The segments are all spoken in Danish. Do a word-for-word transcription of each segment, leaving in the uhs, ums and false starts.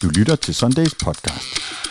Du lytter til Sundays podcast.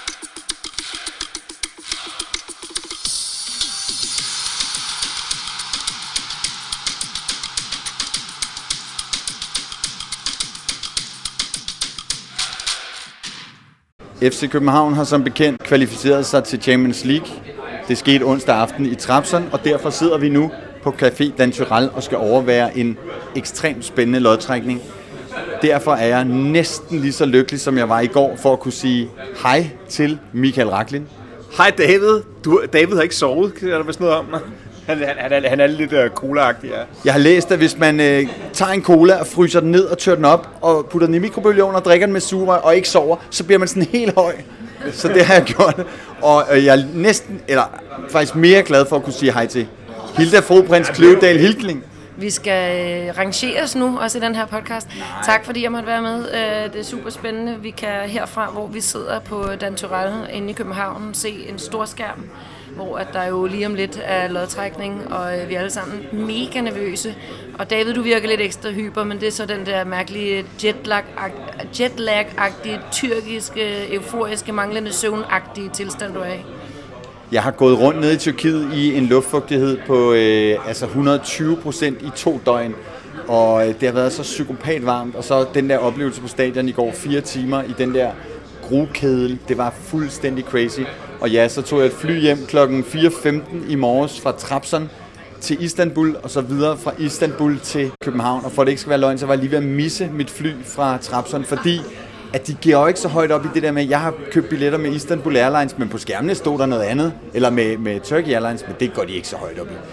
F C København har som bekendt kvalificeret sig til Champions League. Det skete onsdag aften i Trabzon, og derfor sidder vi nu på Café Dan Turèll og skal overvære en ekstremt spændende lodtrækning. Derfor er jeg næsten lige så lykkelig, som jeg var i går, for at kunne sige hej til Michael Rachlin. Hej David. Du, David har ikke sovet, er der vist noget om? Han, han, han, han er lidt uh, cola-agtig, ja. Jeg har læst, at hvis man øh, tager en cola og fryser den ned og tør den op, og putter den i mikrobølgeovnen og drikker den med sugerør og ikke sover, så bliver man sådan helt høj. Så det har jeg gjort. Og øh, jeg er næsten, eller faktisk mere glad for at kunne sige hej til Hilda Froprins Kløvedal Hiltling. Vi skal øh, rangeres nu, også i den her podcast. Tak fordi jeg måtte være med. Øh, det er super spændende. Vi kan herfra, hvor vi sidder på Dan Turèll inde i København, se en stor skærm, hvor at der jo lige om lidt er lodtrækning, og øh, vi er alle sammen mega nervøse. Og David, du virker lidt ekstra hyper, men det er så den der mærkelige jetlag-agtige, jetlag-agtige tyrkiske, euforiske, manglende søvnagtige tilstand, du er i. Jeg har gået rundt nede i Tyrkiet i en luftfugtighed på øh, altså et hundrede og tyve procent i to døgn, og øh, det har været så psykopat varmt, og så den der oplevelse på stadion i går, fire timer i den der grukædel, det var fuldstændig crazy. Og ja, så tog jeg et fly hjem klokken fire femten i morges fra Trabzon til Istanbul, og så videre fra Istanbul til København, og for at det ikke skal være løgn, så var jeg lige ved at misse mit fly fra Trabzon, fordi at de giver jo ikke så højt op i det der med, at jeg har købt billetter med Istanbul Airlines, men på skærmene stod der noget andet, eller med, med Turkish Airlines, men det går de ikke så højt op i.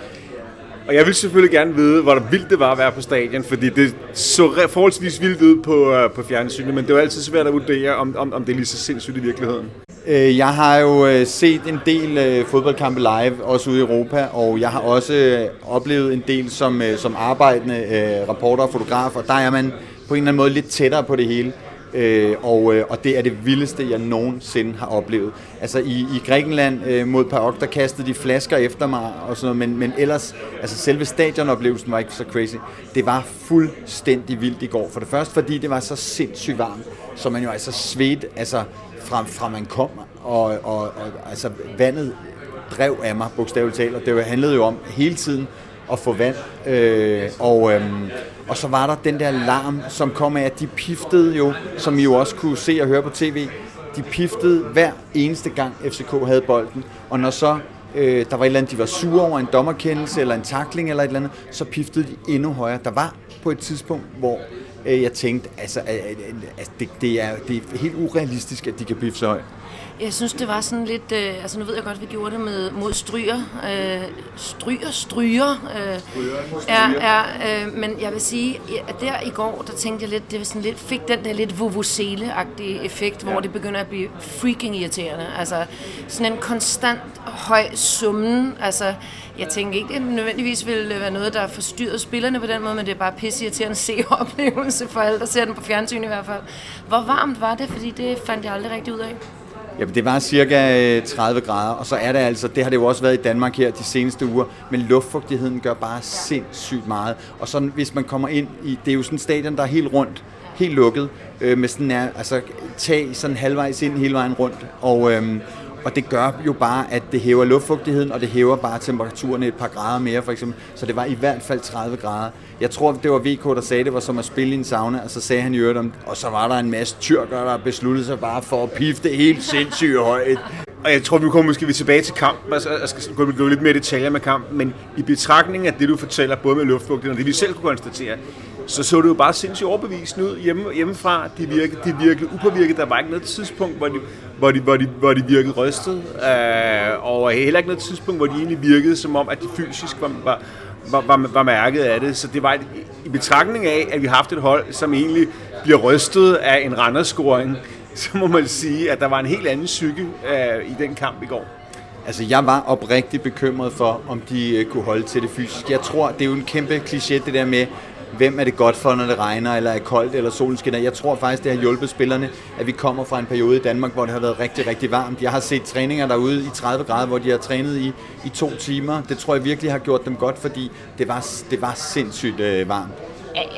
Og jeg vil selvfølgelig gerne vide, hvor vildt det var at være på stadion, fordi det så forholdsvis vildt ud på, uh, på fjernsynet, men det var altid svært at vurdere, om, om, om det er lige så sindssygt i virkeligheden. Jeg har jo set en del fodboldkampe live, også ude i Europa, og jeg har også oplevet en del som, som arbejdende reporter og fotograf, og der er man på en eller anden måde lidt tættere på det hele. Øh, og, og det er det vildeste, jeg nogensinde har oplevet. Altså i, i Grækenland øh, mod P A O K, der kastede de flasker efter mig og sådan noget, men, men ellers, altså selve stadionoplevelsen var ikke så crazy. Det var fuldstændig vildt i går. For det første, fordi det var så sindssygt varmt, så man jo altså svedt, altså fra, fra man kom, og, og, og altså vandet drev af mig, bogstaveligt talt, og det handlede jo om hele tiden at få vand, øh, og, øhm, og så var der den der larm, som kom af, at de piftede jo, som I jo også kunne se og høre på tv, de piftede hver eneste gang F C K havde bolden, og når så øh, der var et eller andet, de var sure over en dommerkendelse eller en tackling eller et eller andet, så piftede de endnu højere. Der var på et tidspunkt, hvor øh, jeg tænkte, altså, øh, øh, det, det, er, det er helt urealistisk, at de kan pifte så højt. Jeg synes, det var sådan lidt, øh, altså nu ved jeg godt, at vi gjorde det med, mod stryger, øh, stryger, stryger, øh, er, er, øh, men jeg vil sige, at der i går, der tænkte jeg lidt, det var sådan lidt, fik den der lidt vuvuzela-agtige effekt, hvor det begynder at blive freaking irriterende, altså sådan en konstant høj summen, altså jeg tænker ikke, det nødvendigvis vil være noget, der forstyrrer spillerne på den måde, men det er bare pisse irriterende at se oplevelse for alle, der ser den på fjernsyn i hvert fald. Hvor varmt var det, fordi det fandt jeg aldrig rigtig ud af. Ja, det var cirka tredive grader, og så er det altså, det har det jo også været i Danmark her de seneste uger, men luftfugtigheden gør bare sindssygt meget. Og så hvis man kommer ind i, det er jo sådan en stadion, der er helt rundt, helt lukket, øh, med sådan en altså, tag sådan halvvejs ind hele vejen rundt, og, øhm, og det gør jo bare, at det hæver luftfugtigheden, og det hæver bare temperaturen et par grader mere, for eksempel. Så det var i hvert fald tredive grader. Jeg tror, det var V K, der sagde, det var som at spille i en sauna, og så sagde han i øvrigt om, og så var der en masse tyrkere, der besluttede sig bare for at pifte helt sindssygt højt. Og jeg tror, vi kommer måske tilbage til kampen, altså jeg skal gå, gå lidt mere detaljer med kampen, men i betragtning af det, du fortæller, både med luftfugtigheden og det, vi selv kunne konstatere, så så det jo bare sindssygt overbevisende ud hjemme, hjemmefra. De virkede, de virkede upåvirket. Der var ikke noget tidspunkt, hvor de, hvor de, hvor de, hvor de virkede rystet, øh, og heller ikke noget tidspunkt, hvor de egentlig virkede, som om, at de fysisk var, var, var, var, var mærket af det. Så det var et, i betragtning af, at vi har haft et hold, som egentlig bliver rystet af en Randers-scoring, så må man sige, at der var en helt anden psyke øh, i den kamp i går. Altså, jeg var oprigtigt bekymret for, om de øh, kunne holde til det fysisk. Jeg tror, det er jo en kæmpe kliché, det der med, hvem er det godt for, når det regner, eller er koldt, eller solen skinner. Jeg tror faktisk, det har hjulpet spillerne, at vi kommer fra en periode i Danmark, hvor det har været rigtig, rigtig varmt. Jeg har set træninger derude i tredive grader, hvor de har trænet i, i to timer. Det tror jeg virkelig har gjort dem godt, fordi det var, det var sindssygt øh, varmt.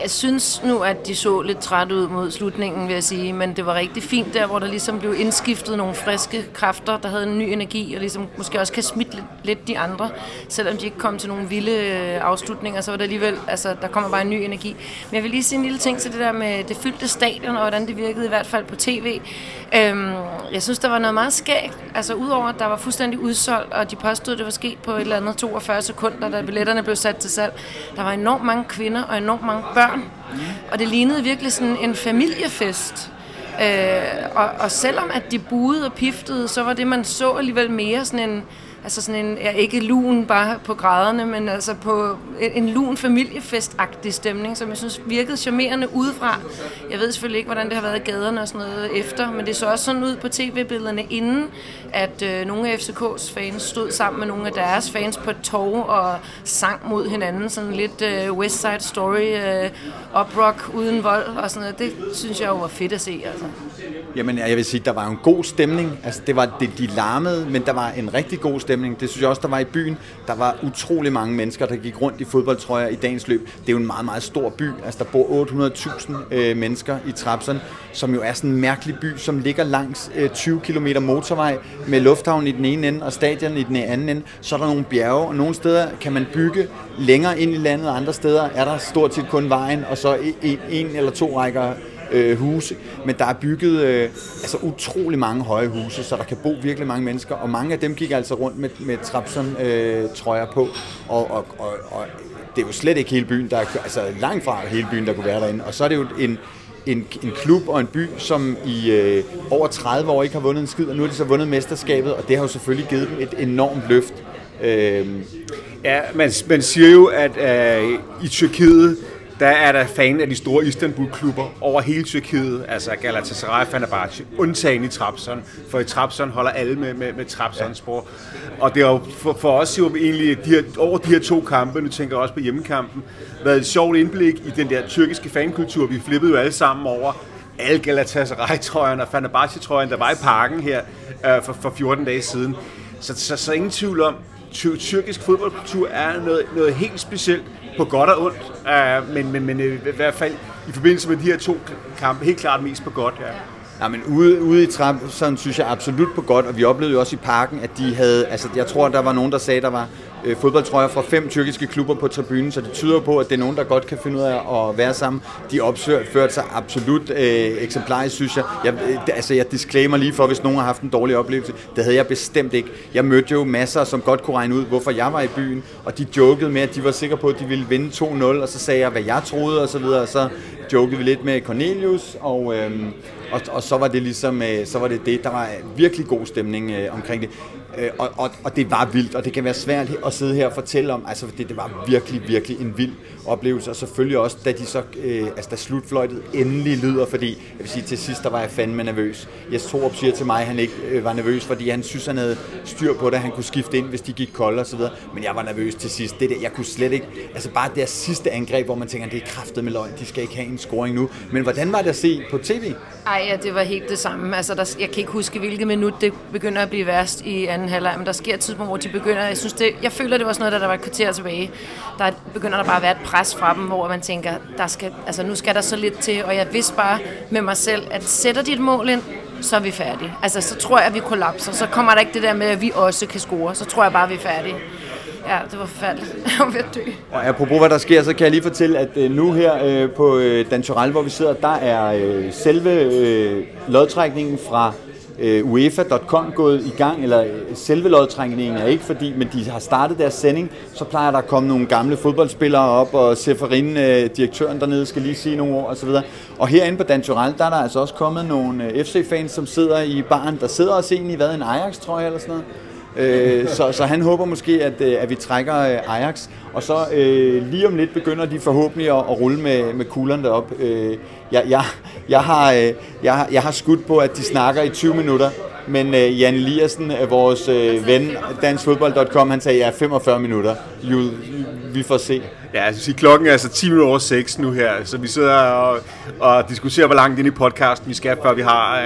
jeg synes nu, at de så lidt træt ud mod slutningen, vil jeg sige, men det var rigtig fint der, hvor der ligesom blev indskiftet nogle friske kræfter, der havde en ny energi, og ligesom måske også kan smitte lidt, lidt de andre, selvom de ikke kom til nogle vilde afslutninger, så var det alligevel, altså der kommer bare en ny energi. Men jeg vil lige sige en lille ting til det der med det fyldte stadion, og hvordan det virkede i hvert fald på tv. Øhm, jeg synes, der var noget meget skægt, altså udover at der var fuldstændig udsolgt, og de påstod, at det var sket på et eller andet toogfyrre sekunder, da billetterne blev sat til salg. Der var enormt mange kvinder og enormt mange børn, og det lignede virkelig sådan en familiefest. Øh, og, og selvom at de buede og piftede, så var det, man så alligevel mere sådan en, altså sådan en, ja, ikke lun bare på graderne, men altså på en, en lun familiefest-agtig stemning, som jeg synes virkede charmerende udefra. Jeg ved selvfølgelig ikke, hvordan det har været i gaderne og sådan noget efter, men det så også sådan ud på tv-billederne inden, at øh, nogle af F C K's fans stod sammen med nogle af deres fans på et torv og sang mod hinanden, sådan lidt øh, West Side Story, øh, uprock uden vold og sådan noget. Det synes jeg jo var fedt at se, altså. Jamen, jeg vil sige, der var en god stemning. Altså, det var det, de larmede, men der var en rigtig god stemning. Det synes jeg også, der var i byen. Der var utrolig mange mennesker, der gik rundt i fodboldtrøjer i dagens løb. Det er jo en meget, meget stor by. Altså, der bor otte hundrede tusind øh, mennesker i Trabzon, som jo er sådan en mærkelig by, som ligger langs øh, tyve kilometer motorvej med lufthavn i den ene ende og stadion i den anden ende. Så er der nogle bjerge, og nogle steder kan man bygge længere ind i landet, og andre steder er der stort set kun vejen, og så en, en eller to rækker øh, huse. Men der er bygget øh, altså utrolig mange høje huse, så der kan bo virkelig mange mennesker, og mange af dem gik altså rundt med, med Trabzon-trøjer øh, på, og, og, og, og det er jo slet ikke hele byen, der er, altså langt fra hele byen, der kunne være derinde, og så er det jo en En, en klub og en by, som i øh, over tredive år ikke har vundet en skid, og nu har de så vundet mesterskabet, og det har jo selvfølgelig givet dem et enormt løft. Øh, ja, man, man siger jo, at øh, i Tyrkiet, der er der fan af de store Istanbul-klubber over hele Tyrkiet, altså Galatasaray, Fenerbahce, undtagen i Trabzon, for i Trabzon holder alle med, med, med Trabzonspor. Ja. Og det har jo for, for os jo egentlig de her, over de her to kampe, nu tænker jeg også på hjemmekampen, været et sjovt indblik i den der tyrkiske fankultur. Vi flippede jo alle sammen over alle Galatasaray-trøjerne og Fenerbahce-trøjerne, der var i parken her øh, for, for fjorten dage siden. Så, så, så ingen tvivl om, ty- tyrkisk fodboldkultur er noget, noget helt specielt, på godt og ondt, uh, men, men, men i hvert fald i forbindelse med de her to kampe, helt klart mest på godt, ja. Ja, men ude, ude i Trabzon synes jeg absolut på godt, og vi oplevede jo også i parken, at de havde, altså jeg tror, der var nogen, der sagde, der var øh, fodboldtrøjer fra fem tyrkiske klubber på tribunen, så det tyder på, at det er nogen, der godt kan finde ud af at være sammen. De opførte sig absolut øh, eksemplarisk, synes jeg. jeg. Altså jeg disclaimer lige for, hvis nogen har haft en dårlig oplevelse. Det havde jeg bestemt ikke. Jeg mødte jo masser, som godt kunne regne ud, hvorfor jeg var i byen, og de jokede med, at de var sikre på, at de ville vinde to nul, og så sagde jeg, hvad jeg troede, og så videre, og så jokede vi lidt med Cornelius, og... Øh, Og, og så var det ligesom, så var det det, der var virkelig god stemning øh, omkring det. Øh, og, og, og det var vildt, og det kan være svært at sidde her og fortælle om, altså det, det var virkelig, virkelig en vild oplevelse, og selvfølgelig også, da de så, øh, altså da slutfløjtet endelig lyder, fordi, jeg vil sige, til sidst, der var jeg fandme nervøs. Jes Torup siger til mig, at han ikke øh, var nervøs, fordi han synes, han havde styr på det, han kunne skifte ind, hvis de gik kolde og så videre, men jeg var nervøs til sidst. Det der, jeg kunne slet ikke, altså bare det sidste angreb, hvor man tænker, det er kraftet med løgn, de skal ikke have en scoring nu. Men hvordan var det at se på tv? Ej, ja, det var helt det samme. Altså, der, jeg kan ikke huske, hvilket minut det begynder at blive værst i anden halvleg, men der sker et tidspunkt, hvor de begynder, jeg synes det, jeg føler, det var sådan noget, der, der var et kvarter tilbage. Der begynder der bare at være et pres fra dem, hvor man tænker, der skal, altså nu skal der så lidt til, og jeg vidste bare med mig selv, at sætter de et mål ind, så er vi færdige. Altså, så tror jeg, at vi kollapser. Så kommer der ikke det der med, at vi også kan score. Så tror jeg bare, at vi er færdige. Ja, det var forfærdeligt. Jeg var ved at dø. Og apropos hvad der sker, så kan jeg lige fortælle, at øh, nu her øh, på øh, Dan Turèll, hvor vi sidder, der er øh, selve øh, lodtrækningen fra øh, UEFA punktum com gået i gang, eller øh, selve lodtrækningen er ikke, fordi, men de har startet deres sending, så plejer der at komme nogle gamle fodboldspillere op, og Seferin, øh, direktøren dernede, skal lige sige nogle ord osv. Og herinde på Dan Turèll, der er der altså også kommet nogle øh, F C-fans, som sidder i baren. Der sidder også en i hvad, en Ajax-trøje eller sådan noget. Øh, så, så han håber måske, at, at vi trækker Ajax, og så øh, lige om lidt begynder de forhåbentlig at, at rulle med, med kuglerne derop. Øh, jeg, jeg, jeg, har, øh, jeg, jeg har skudt på, at de snakker i tyve minutter, men øh, Jan Eliassen, vores øh, ven, dansk fodbold punktum com, han sagde, ja, femogfyrre minutter. Jo, vi får se. Ja, jeg sige, klokken er altså ti minutter over seks nu her, så vi sidder og, og diskuterer, hvor langt ind i podcasten vi skal, før vi har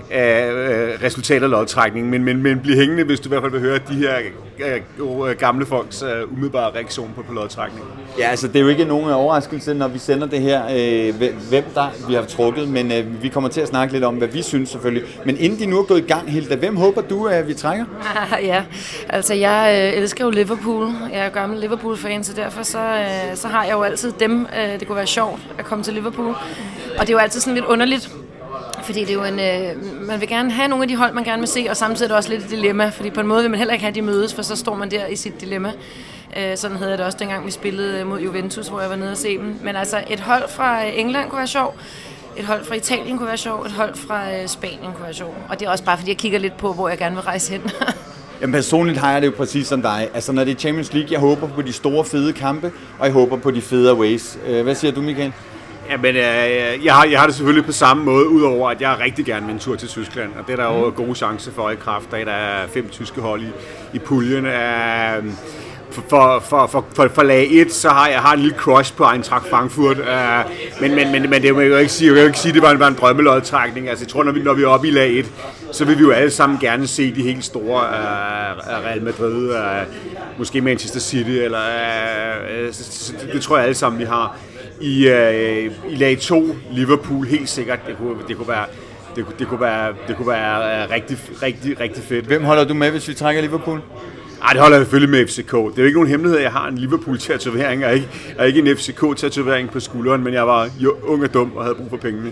af resultater af lodtrækningen, men, men, men bliv hængende, hvis du i hvert fald vil høre de her uh, gamle folks uh, umiddelbare reaktion på, på lodtrækningen. Ja, altså det er jo ikke nogen overraskelse, når vi sender det her, øh, hvem der vi har trukket, men øh, vi kommer til at snakke lidt om, hvad vi synes selvfølgelig. Men inden de nu er gået i gang, Hilda, hvem håber du, at vi trækker? Ah, ja, altså jeg øh, elsker jo Liverpool. Jeg er jo gammel Liverpool-fan, så derfor så, øh, så har jeg jo altid dem. Øh, det kunne være sjovt at komme til Liverpool. Og det er jo altid sådan lidt underligt, fordi det er jo en, øh, man vil gerne have nogle af de hold, man gerne vil se, og samtidig er det også lidt et dilemma, fordi på en måde vil man heller ikke have de mødes, for så står man der i sit dilemma. Øh, sådan havde jeg det også dengang, vi spillede mod Juventus, hvor jeg var nede og se dem. Men altså, et hold fra England kunne være sjov, et hold fra Italien kunne være sjov, et hold fra øh, Spanien kunne være sjov. Og det er også bare, fordi jeg kigger lidt på, hvor jeg gerne vil rejse hen. Jamen personligt har jeg det jo præcis som dig. Altså når det er Champions League, jeg håber på de store, fede kampe, og jeg håber på de fede aways. Øh, hvad siger du, Michael? Jamen, øh, jeg, har, jeg har det selvfølgelig på samme måde, udover at jeg rigtig gerne vil en tur til Tyskland, og det er der jo mm. gode chancer for i kraft af, der er fem tyske hold i, i puljen. Øh, for, for, for, for, for lag et, så har jeg har en lille crush på Eintracht Frankfurt, øh, men, men, men, men det vil jeg jo ikke sige, jeg vil ikke sige, at det var en, var en drømmelodtrækning. Altså, jeg tror, når vi, når vi er oppe i lag et, så vil vi jo alle sammen gerne se de helt store øh, Real Madrid, øh, måske Manchester City, eller øh, det tror jeg alle sammen, vi har. I, øh, i lag to, Liverpool, helt sikkert, det kunne, det kunne være, det kunne, det kunne være, det kunne være uh, rigtig, rigtig, rigtig fedt. Hvem holder du med, hvis vi trækker Liverpool? Ej, det holder jeg selvfølgelig med F C K. Det er jo ikke nogen hemmelighed, at jeg har en Liverpool-tatovering, og ikke, og ikke en F C K-tatovering på skulderen, men jeg var jo ung og dum og havde brug for pengene.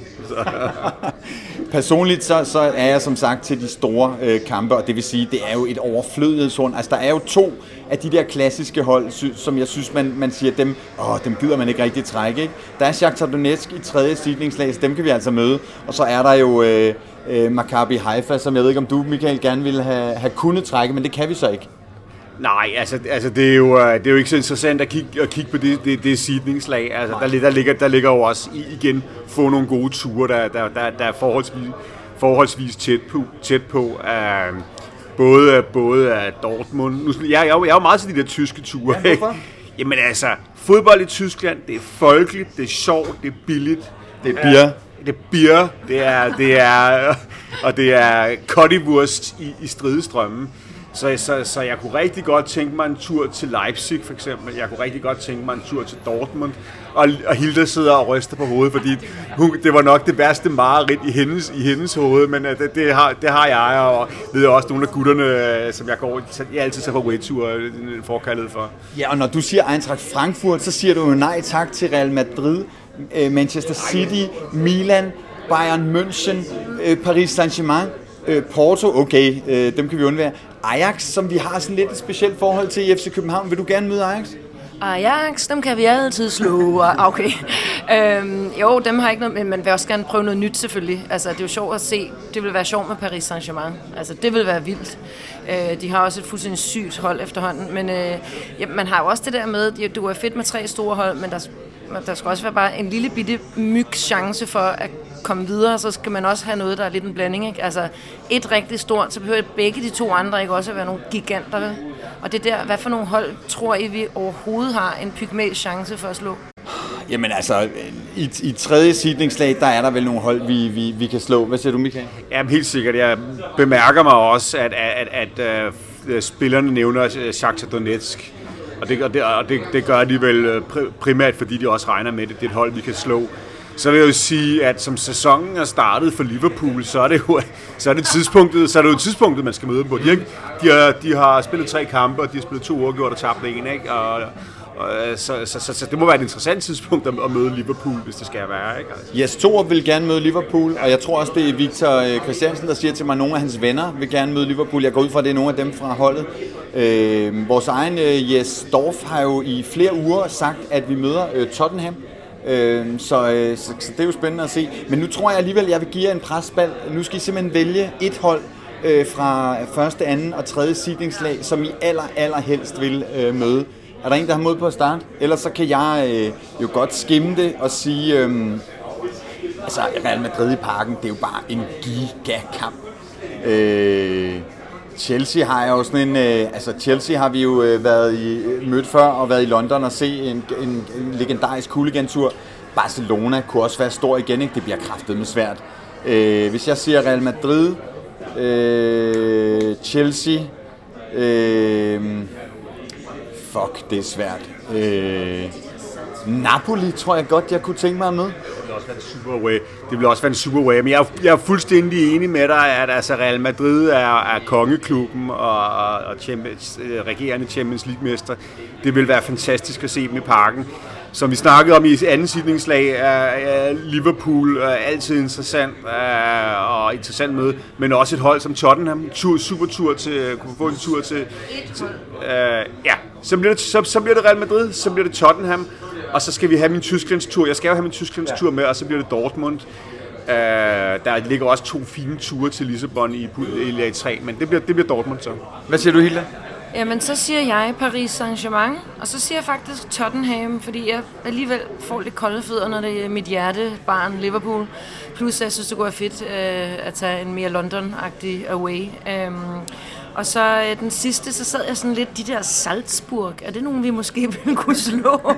Personligt så, så er jeg som sagt til de store øh, kampe, og det vil sige, det er jo et overflødighedshorn. Altså der er jo to af de der klassiske hold, sy- som jeg synes, man, man siger, dem, åh, dem gider man ikke rigtig trække. Ikke? Der er Shakhtar Donetsk i tredje seedningslag, så dem kan vi altså møde. Og så er der jo øh, øh, Maccabi Haifa, som jeg ved ikke, om du, Michael, gerne ville have, have kunnet trække, men det kan vi så ikke. Nej, altså, altså det, er jo, det er jo ikke så interessant at kigge, at kigge på det, det, det seedningslag. Altså, der, der, ligger, der ligger jo også igen få nogle gode ture, der, der, der, der er forholdsvis, forholdsvis tæt på. Tæt på uh, både, både uh, Dortmund. Nu, jeg, jeg, jeg er jo meget til de der tyske ture. Ja, hvorfor? Jamen altså, fodbold i Tyskland, det er folkeligt, det er sjovt, det er billigt. Det er bier. Uh, det er bier, det er, det er, og det er currywurst i, i stridestrømmen. Så, så, så jeg kunne rigtig godt tænke mig en tur til Leipzig for eksempel. Jeg kunne rigtig godt tænke mig en tur til Dortmund. Og, og Hilda sidder og ryster på hovedet, fordi hun, det var nok det værste mareridt i hendes, i hendes hoved. Men det, det, har, det har jeg, og ved også nogle af gutterne, som jeg går jeg altid tager på way-tur, forkaldet for. Ja, og når du siger Eintracht Frankfurt, så siger du jo nej tak til Real Madrid, Manchester City, Milan, Bayern München, Paris Saint-Germain, Porto, okay, dem kan vi undvære. Ajax, som vi har sådan lidt et specielt forhold til i F C København. Vil du gerne møde Ajax? Ajax, dem kan vi altid slå. Okay. øhm, jo, dem har ikke noget, men man vil også gerne prøve noget nyt selvfølgelig. Altså, det er jo sjovt at se. Det vil være sjovt med Paris Saint-Germain. Altså, det vil være vildt. Øh, de har også et fuldstændig sygt hold efterhånden. Men øh, ja, man har jo også det der med, at du er fedt med tre store hold, men der, der skal også være bare en lille bitte myg chance for at komme videre, så skal man også have noget, der er lidt en blanding, ikke? Altså, et rigtig stort, så behøver begge de to andre ikke også at være nogle giganter, vel? Og det der, hvad for nogle hold tror I, vi overhovedet har en pygmæs chance for at slå? Jamen altså, i, i tredje seedningslag, der er der vel nogle hold, vi, vi, vi kan slå. Hvad siger du, Michael? Jamen helt sikkert. Jeg bemærker mig også, at, at, at, at uh, spillerne nævner Shakhtar Donetsk, og det, og det, og det, det gør de vel primært, fordi de også regner med det. Det er et hold, vi kan slå. Så vil jeg jo sige, at som sæsonen er startet for Liverpool, så er det jo så er det tidspunktet, så er det jo tidspunktet, man skal møde dem på. De har, de har, de har spillet tre kampe, og de har spillet to uafgjort og tabt en, ikke? Og, og så, så, så, så det må være et interessant tidspunkt at møde Liverpool, hvis det skal være, ikke? Jes Torup vil gerne møde Liverpool, og jeg tror også, det er Victor Christiansen, der siger til mig, at nogle af hans venner vil gerne møde Liverpool. Jeg går ud fra, at det er nogle af dem fra holdet. Øh, vores egen øh, Jes Dorf har jo i flere uger sagt, at vi møder øh, Tottenham. Øh, så, øh, så, så det er jo spændende at se. Men nu tror jeg alligevel, at jeg vil give jer en presbal. Nu skal I simpelthen vælge et hold øh, fra første, anden og tredje seedingslag, som I aller, aller helst vil øh, møde. Er der en, der har mod på at starte? Ellers så kan jeg øh, jo godt skimme det og sige, øh, altså Real Madrid i Parken, det er jo bare en gigakamp. Øh, Chelsea har jo sådan en, øh, altså Chelsea har vi jo øh, været i, mødt før og været i London og se en, en, en legendarisk hooligan-tur. Barcelona kunne også være stor igen, ikke? Det bliver kraftedeme svært. Øh, hvis jeg siger Real Madrid, øh, Chelsea, øh, fuck, det er svært. Øh, Napoli tror jeg godt, jeg kunne tænke mig at møde. Det vil også være en super way. Det vil også være en super way. Men jeg er, jeg er fuldstændig enig med dig, at altså Real Madrid er, er kongeklubben og, og Champions, regerende Champions League-mester. Det vil være fantastisk at se dem i parken. Som vi snakkede om i anden sidningslag, er Liverpool er altid interessant og interessant møde, men også et hold som Tottenham, tur, supertur til, kunne få en tur til, til uh, ja, så bliver, det, så, så bliver det Real Madrid, så bliver det Tottenham, og så skal vi have min Tysklandstur. Jeg skal jo have min Tysklandstur med, og så bliver det Dortmund. Uh, der ligger også to fine ture til Lissabon i, i lag tre, men det bliver, det bliver Dortmund så. Hvad siger du, Hilda? Jamen, så siger jeg Paris Saint-Germain, og så siger jeg faktisk Tottenham, fordi jeg alligevel får lidt kolde fødder, når det er mit hjertebarn Liverpool. Plus, jeg synes, det kunne være fedt øh, at tage en mere London-agtig away. Øhm, og så øh, den sidste, så sad jeg sådan lidt, de der Salzburg, er det nogen, vi måske ville kunne slå?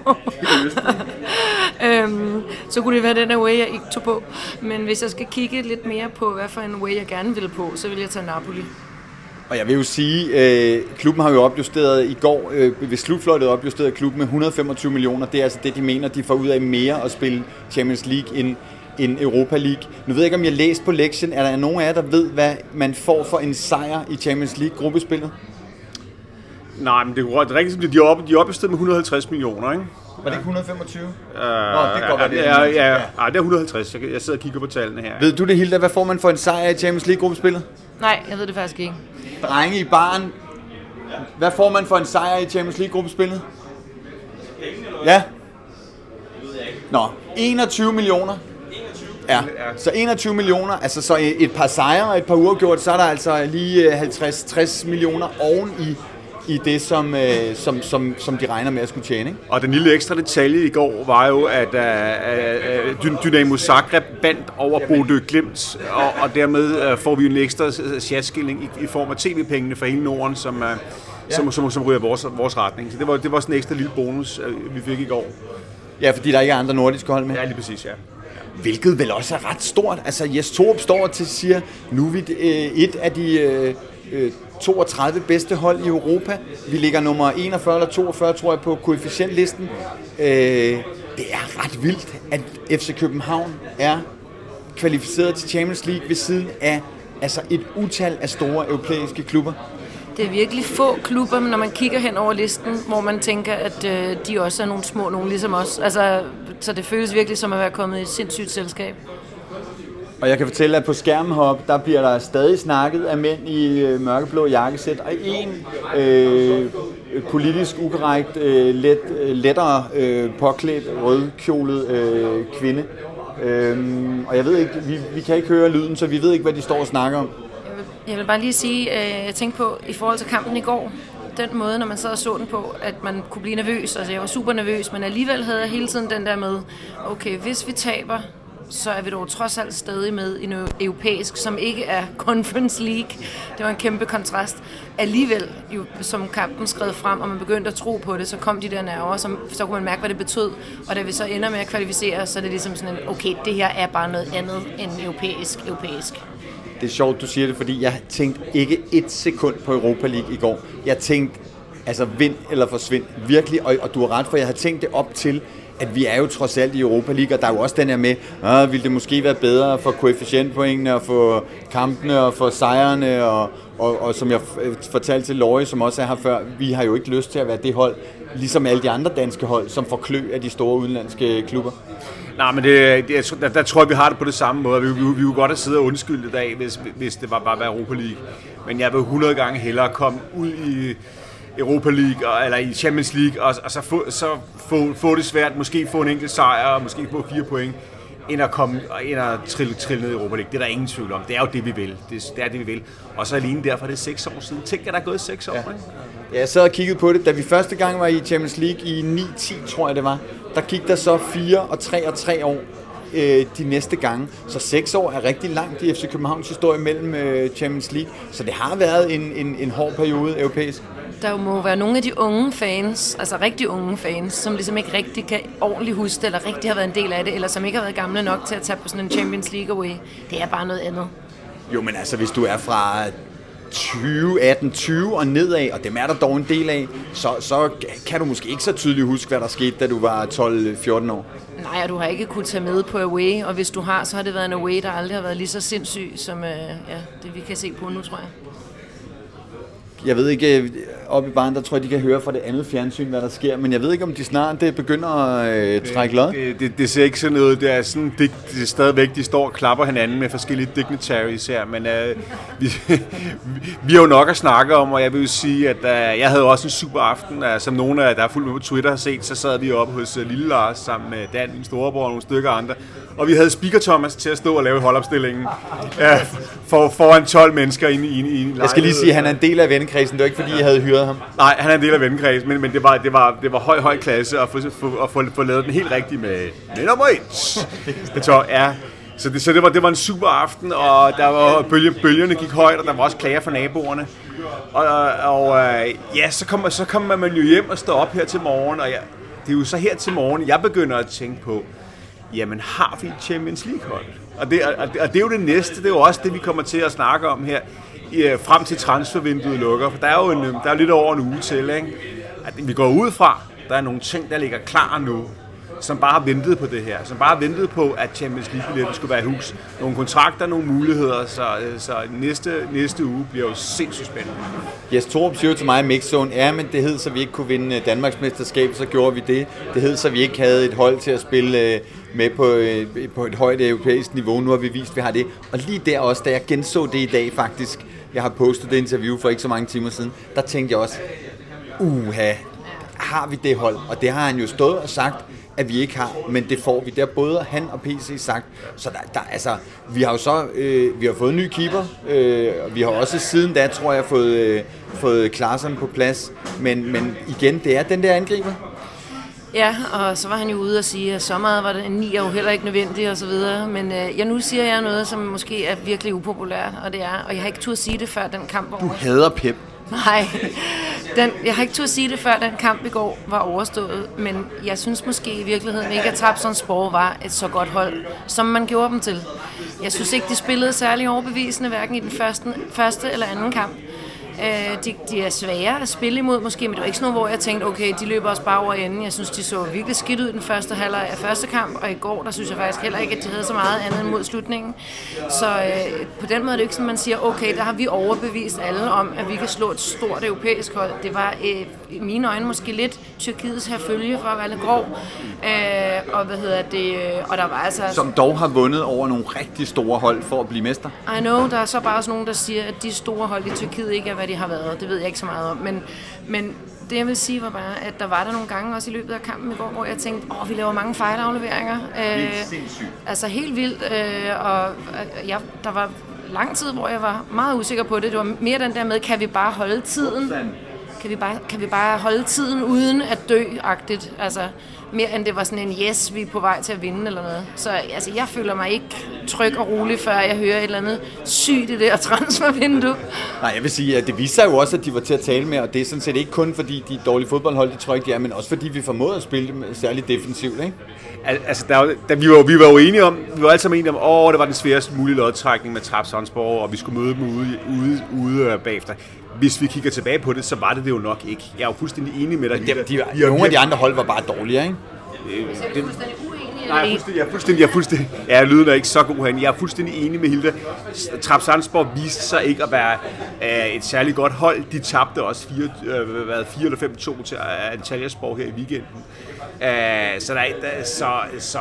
øhm, så kunne det være den away, jeg ikke tog på. Men hvis jeg skal kigge lidt mere på, hvad for en way, jeg gerne vil på, så vil jeg tage Napoli. Og jeg vil jo sige, øh, klubben har jo opjusteret i går, øh, ved slutfløjtet opjusteret klubben med et hundrede og femogtyve millioner. Det er altså det, de mener, de får ud af mere at spille Champions League end, end Europa League. Nu ved jeg ikke, om jeg læste på lektien. Er der nogen af jer, der ved, hvad man får for en sejr i Champions League-gruppespillet? Nej, men det er rigtigt, de er oppe, de er opjusteret med et hundrede og halvtreds millioner, ikke? Var det ikke et hundrede og femogtyve? Uh, Nå, det kan godt være, det er. Ja, ja, ja. ja, det er et hundrede og halvtreds. Jeg, jeg sidder og kigger på tallene her. Ved du det, Hilda? Hvad får man for en sejr i Champions League-gruppespillet? Nej, jeg ved det faktisk ikke. Drenge i baren. Hvad får man for en sejr i Champions League-gruppespillet? Ja? Nå, enogtyve millioner. Ja, så enogtyve millioner, altså så et par sejre og et par uafgjort, så er der altså lige halvtreds til tres millioner oven i i det, som, øh, som, som, som de regner med at skulle tjene. Ikke? Og den lille ekstra detalje i går var jo, at øh, øh, Dynamo Zagreb bandt over Bodø Glimt, og, og dermed øh, får vi en ekstra chatskilling i, i form af tv-pengene for hele Norden, som, øh, ja. som, som, som ryger vores, vores retning. Så det var, det var sådan en ekstra lille bonus, øh, vi fik i går. Ja, fordi der ikke er andre nordiske hold med. Ja, lige præcis, ja. Hvilket vel også er ret stort. Altså, Jes Torup står til siger, nu er vi øh, et af de øh, toogtredive bedste hold i Europa. Vi ligger nummer enogfyrre eller toogfyrre, tror jeg, på koefficientlisten. Øh, det er ret vildt, at F C København er kvalificeret til Champions League ved siden af altså et utal af store europæiske klubber. Det er virkelig få klubber, når man kigger hen over listen, hvor man tænker, at øh, de også er nogle små, nogle ligesom os. Altså, så det føles virkelig som at være kommet i et sindssygt selskab. Og jeg kan fortælle, at på skærmen heroppe, der bliver der stadig snakket af mænd i øh, mørkeblå jakkesæt, og en øh, politisk ukorrekt, øh, let, øh, lettere øh, påklædt, rødkjolet øh, kvinde. Øhm, og jeg ved ikke, vi, vi kan ikke høre lyden, så vi ved ikke, hvad de står og snakker om. Jeg vil, jeg vil bare lige sige, øh, jeg tænkte på, i forhold til kampen i går, den måde, når man sad og så den på, at man kunne blive nervøs. Altså, jeg var super nervøs, men alligevel havde jeg hele tiden den der med, okay, hvis vi taber, så er vi dog trods alt stadig med i noget europæisk, som ikke er Conference League. Det var en kæmpe kontrast. Alligevel, jo, som kampen skred frem, og man begyndte at tro på det, så kom de der nerver, så, så kunne man mærke, hvad det betød. Og da vi så ender med at kvalificere, så er det ligesom sådan en, okay, det her er bare noget andet end europæisk, europæisk. Det er sjovt, du siger det, fordi jeg tænkte ikke et sekund på Europa League i går. Jeg tænkte, altså vind eller forsvind, virkelig, og, og du har ret, for jeg havde tænkt det op til, at vi er jo trods alt i Europa League, og der er jo også den her med, ah, ville det måske være bedre for koefficientpoengene, og for kampene, og for sejrene, og, og, og som jeg fortalte til Løje, som også er her før, vi har jo ikke lyst til at være det hold, ligesom alle de andre danske hold, som får klø af de store udenlandske klubber. Nej, men det, det, der, der tror jeg, vi har det på det samme måde. Vi, vi, vi kunne godt have siddet og undskyldt i dag, hvis, hvis det var bare var Europa League. Men jeg vil hundrede gange hellere komme ud i Europa League, og, eller i Champions League, og, og så, få, så få, få det svært, måske få en enkelt sejr, og måske få fire point, end at komme end at trille, trille ned i Europa League. Det er der ingen tvivl om. Det er jo det, vi vil. Det, det er det, vi vil. Og så alene derfor, det er seks år siden. Tænk, at der er gået seks år, ja. Ikke? Ja, jeg sad og kiggede på det. Da vi første gang var i Champions League i ni ti, tror jeg det var, der gik der så fire og tre og tre år. øh, de næste gange. Så seks år er rigtig langt i F C Københavns historie mellem øh, Champions League. Så det har været en, en, en hård periode europæisk. Der må være nogle af de unge fans, altså rigtig unge fans, som ligesom ikke rigtig kan ordentligt huske det, eller rigtig har været en del af det, eller som ikke har været gamle nok til at tage på sådan en Champions League away. Det er bare noget andet. Jo, men altså, hvis du er fra tyve, atten, tyve og nedad, og dem er der dog en del af, så, så kan du måske ikke så tydeligt huske, hvad der skete, da du var tolv fjorten år. Nej, og du har ikke kunnet tage med på away, og hvis du har, så har det været en away, der aldrig har været lige så sindssyg, som øh, ja, det vi kan se på nu, tror jeg. Jeg ved ikke, oppe i baren, der tror jeg, de kan høre fra det andet fjernsyn, hvad der sker, men jeg ved ikke, om de snart det begynder at øh, trække lod. Det, det, det ser ikke sådan noget. Det er sådan, det, det er stadigvæk, de står og klapper hinanden med forskellige dignitaries her, men øh, vi, vi har jo nok at snakke om, og jeg vil jo sige, at øh, jeg havde også en super aften, øh, som nogle af der er fuldt med på Twitter har set, så sad vi oppe hos øh, Lille Lars sammen med Dan, min storebror og nogle stykker andre, og vi havde Speaker Thomas til at stå og lave holdopstillingen øh, for, foran tolv mennesker inde i en lejlighed. Jeg skal lige sige, at han er en del af vennekredsen. Det var ikke, fordi jeg havde hyret ham. Nej, han er en del af vennekredsen, men, men det, var, det, var, det var høj, høj klasse at få, at få, få lavet den helt rigtigt med, med nummer et. Det tog, ja. Så, det, så det, var, det var en super aften, og der var bølge, bølgerne gik højt, og der var også klager fra naboerne. Og, og ja, så kommer så kom man jo hjem og står op her til morgen, og ja, det er jo så her til morgen, jeg begynder at tænke på, jamen har vi et Champions League-hold? Og det, og, det, og det er jo det næste, det er jo også det, vi kommer til at snakke om her, i, frem til transfervinduet lukker, for der er jo en, der er lidt over en uge til, ikke? At vi går ud fra, der er nogle ting, der ligger klar nu, som bare har ventet på det her, som bare har ventet på, at Champions League-billetten skulle være i hus. Nogle kontrakter, nogle muligheder, så, så næste, næste uge bliver jo sindssygt spændende. Jes Torup siger til mig i Mixzone, ja, men det hed, så vi ikke kunne vinde Danmarksmesterskab, så gjorde vi det. Det hed, så vi ikke havde et hold til at spille med på, på et højt europæisk niveau. Nu har vi vist, at vi har det. Og lige der også, da jeg genså det i dag faktisk, jeg har postet det interview for ikke så mange timer siden, der tænkte jeg også, uha, har vi det hold? Og det har han jo stået og sagt, at vi ikke har, men det får vi. Der både han og P C sagt. Så der, der, altså, vi har jo så øh, vi har fået en ny keeper, øh, og vi har også siden da, tror jeg, fået, øh, fået Klaasen på plads. Men, men igen, det er den der angriber. Ja, og så var han jo ude og sige, at så meget var det en ni jo heller ikke nødvendigt og så videre. Men øh, ja, nu siger jeg noget, som måske er virkelig upopulært, og det er, og jeg har ikke turde sige det før den kamp var Du hader Pep. Nej, den, jeg har ikke turde sige det før den kamp i går var overstået, men jeg synes måske i virkeligheden ikke, at Trabzonspor var et så godt hold, som man gjorde dem til. Jeg synes ikke, de spillede særlig overbevisende, hverken i den første, første eller anden kamp. De, de er svære at spille imod måske, men det var ikke sådan noget, hvor jeg tænkte, okay, de løber også bare over enden. Jeg synes, de så virkelig skidt ud i den første halvleg af første kamp, og i går, der synes jeg faktisk heller ikke, at de havde så meget andet end mod slutningen. Så øh, på den måde er det ikke sådan, man siger, okay, der har vi overbevist alle om, at vi kan slå et stort europæisk hold. Det var øh, i mine øjne måske lidt Tyrkiets herfølge for at være lidt grov. Øh, og hvad hedder det, og der var altså... Som dog har vundet over nogle rigtig store hold for at blive mester. I know, der er så bare også nogen, der siger, at de store hold i Tyrkiet ikke er, hvad de har været. Det ved jeg ikke så meget om, men, men det jeg vil sige var bare, at der var der nogle gange også i løbet af kampen i går, hvor jeg tænkte, åh, vi laver mange fejlafleveringer. Øh, altså helt vildt, øh, og jeg, der var lang tid, hvor jeg var meget usikker på det. Det var mere den der med, kan vi bare holde tiden? Kan vi bare, kan vi bare holde tiden uden at dø-agtigt? Altså mere end det var sådan en yes, vi er på vej til at vinde eller noget. Så altså, jeg føler mig ikke tryg og rolig, før jeg hører et eller andet sygt i det her transfervindue. Nej, jeg vil sige, at det viste sig jo også, at de var til at tale med, og det er sådan set ikke kun fordi de dårlige fodboldhold, de tror ikke, de er, men også fordi vi formåede at spille dem særligt defensivt, ikke? Altså, der, der, vi, var, vi var jo enige om, vi var alle sammen enige om, åh, det var den sværeste mulige lodtrækning med Trabzonspor, og vi skulle møde dem ude, ude, ude bagefter. Hvis vi kigger tilbage på det, så var det det jo nok ikke. Jeg er jo fuldstændig enig med dig. De, de, de, nogle af de andre hold var bare dårligere, ikke? Øh, det, det, fuldstændig uenig, nej, jeg er fuldstændig, jeg er fuldstændig, jeg er fuldstændig, ja, lyden er ikke så god herinde. Jeg er fuldstændig enig med Hilda. Trabzonspor viste sig ikke at være uh, et særligt godt hold. De tabte også fire, uh, fire eller fem to til uh, Antalyaspor her i weekenden. Uh, så der, der, så, så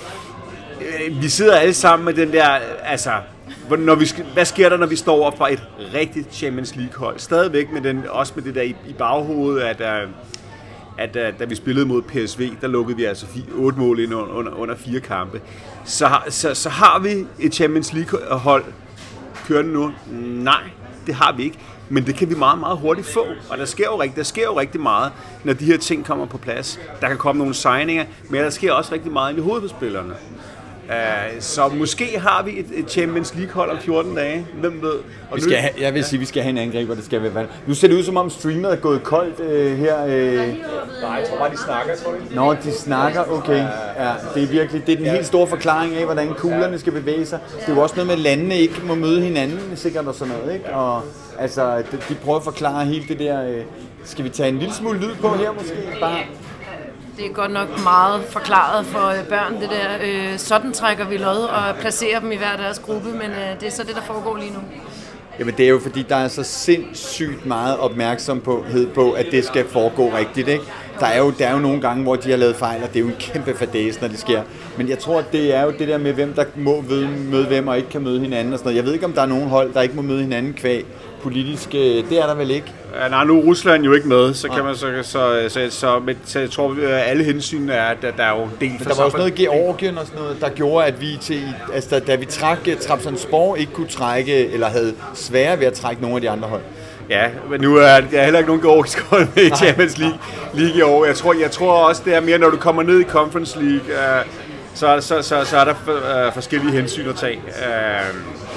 uh, vi sidder alle sammen med den der, altså, når vi, hvad sker der, når vi står op for et rigtigt Champions League-hold? Stadigvæk med den, også med det der i, i baghovedet, at, uh, at uh, da vi spillede mod P S V, der lukkede vi altså fire, otte mål ind under, under, under fire kampe. Så, så, så har vi et Champions League-hold kørende nu? Nej, det har vi ikke. Men det kan vi meget, meget hurtigt få. Og der sker, jo rigtig, der sker jo rigtig meget, når de her ting kommer på plads. Der kan komme nogle signinger, men der sker også rigtig meget i hovedspillerne. Uh, så måske har vi et, et Champions League-hold om fjorten dage. Hvem ved? Og vi skal have, jeg vil sige, at vi skal have en angriber, det skal være. Nu ser det ud, som om streamet er gået koldt øh, her. Øh. Nej, jeg tror bare, de snakker, tror jeg. Nå, de snakker, okay. Ja, det er virkelig det er den helt store forklaring af, hvordan kuglerne skal bevæge sig. Det er jo også noget med, at landene ikke må møde hinanden, sikkert og sådan noget, ikke? Og altså, de prøver at forklare helt det der. Øh. Skal vi tage en lille smule lyd på her måske? Bare. Det er godt nok meget forklaret for børn, det der. Øh, sådan trækker vi lod og placerer dem i hver deres gruppe, men øh, det er så det, der foregår lige nu. Jamen det er jo fordi, der er så sindssygt meget opmærksomhed på, at det skal foregå rigtigt, ikke? Der er, jo, der er jo nogle gange, hvor de har lavet fejl, og det er jo en kæmpe fadæse, når det sker. Men jeg tror, det er jo det der med, hvem der må møde hvem og ikke kan møde hinanden og sådan noget. Jeg ved ikke, om der er nogen hold, der ikke må møde hinanden kvæg politisk. Det er der vel ikke? Ja, nej, nu er Rusland jo ikke med, så kan man så, så, så, så, men, så jeg tror, at alle hensyn er, at der er jo en del. Men der var også noget i Georgien og sådan noget, der gjorde, at vi til, altså, da vi trak Trabzonspor, ikke kunne trække, eller havde svære ved at trække nogle af de andre hold. Ja, men nu er der heller ikke nogen georgisk hold med i Champions League, League i år. Jeg tror, jeg tror også, det er mere, når du kommer ned i Conference League, uh, så, så, så, så er der uh, forskellige hensyn at tage. Uh,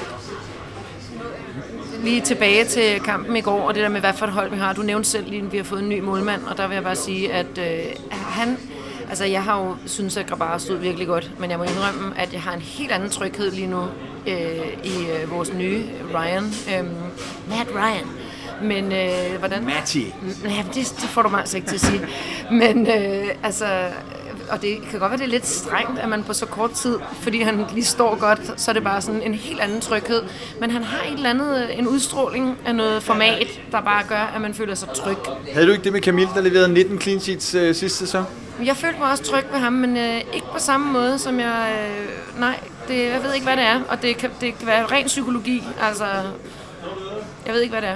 Lige tilbage til kampen i går, og det der med, hvad for et hold vi har. Du nævnte selv lige, at vi har fået en ny målmand, og der vil jeg bare sige, at øh, han... Altså, jeg har jo synes at Grabara stod virkelig godt, men jeg må indrømme, at jeg har en helt anden tryghed lige nu øh, i øh, vores nye Ryan. Øh, Matt Ryan. Men øh, hvordan... Matty. Ja, det, det får du mig altså ikke til at sige. Men øh, altså... Og det kan godt være, det er lidt strengt, at man på så kort tid, fordi han lige står godt, så er det bare sådan en helt anden tryghed. Men han har et eller andet, en udstråling af noget format, der bare gør, at man føler sig tryg. Havde du ikke det med Camille, der leverede nitten clean sheets øh, sidste sæson? Jeg følte mig også tryg ved ham, men øh, ikke på samme måde, som jeg... Øh, nej, det, jeg ved ikke, hvad det er, og det kan, det kan være ren psykologi. Altså, jeg ved ikke, hvad det er.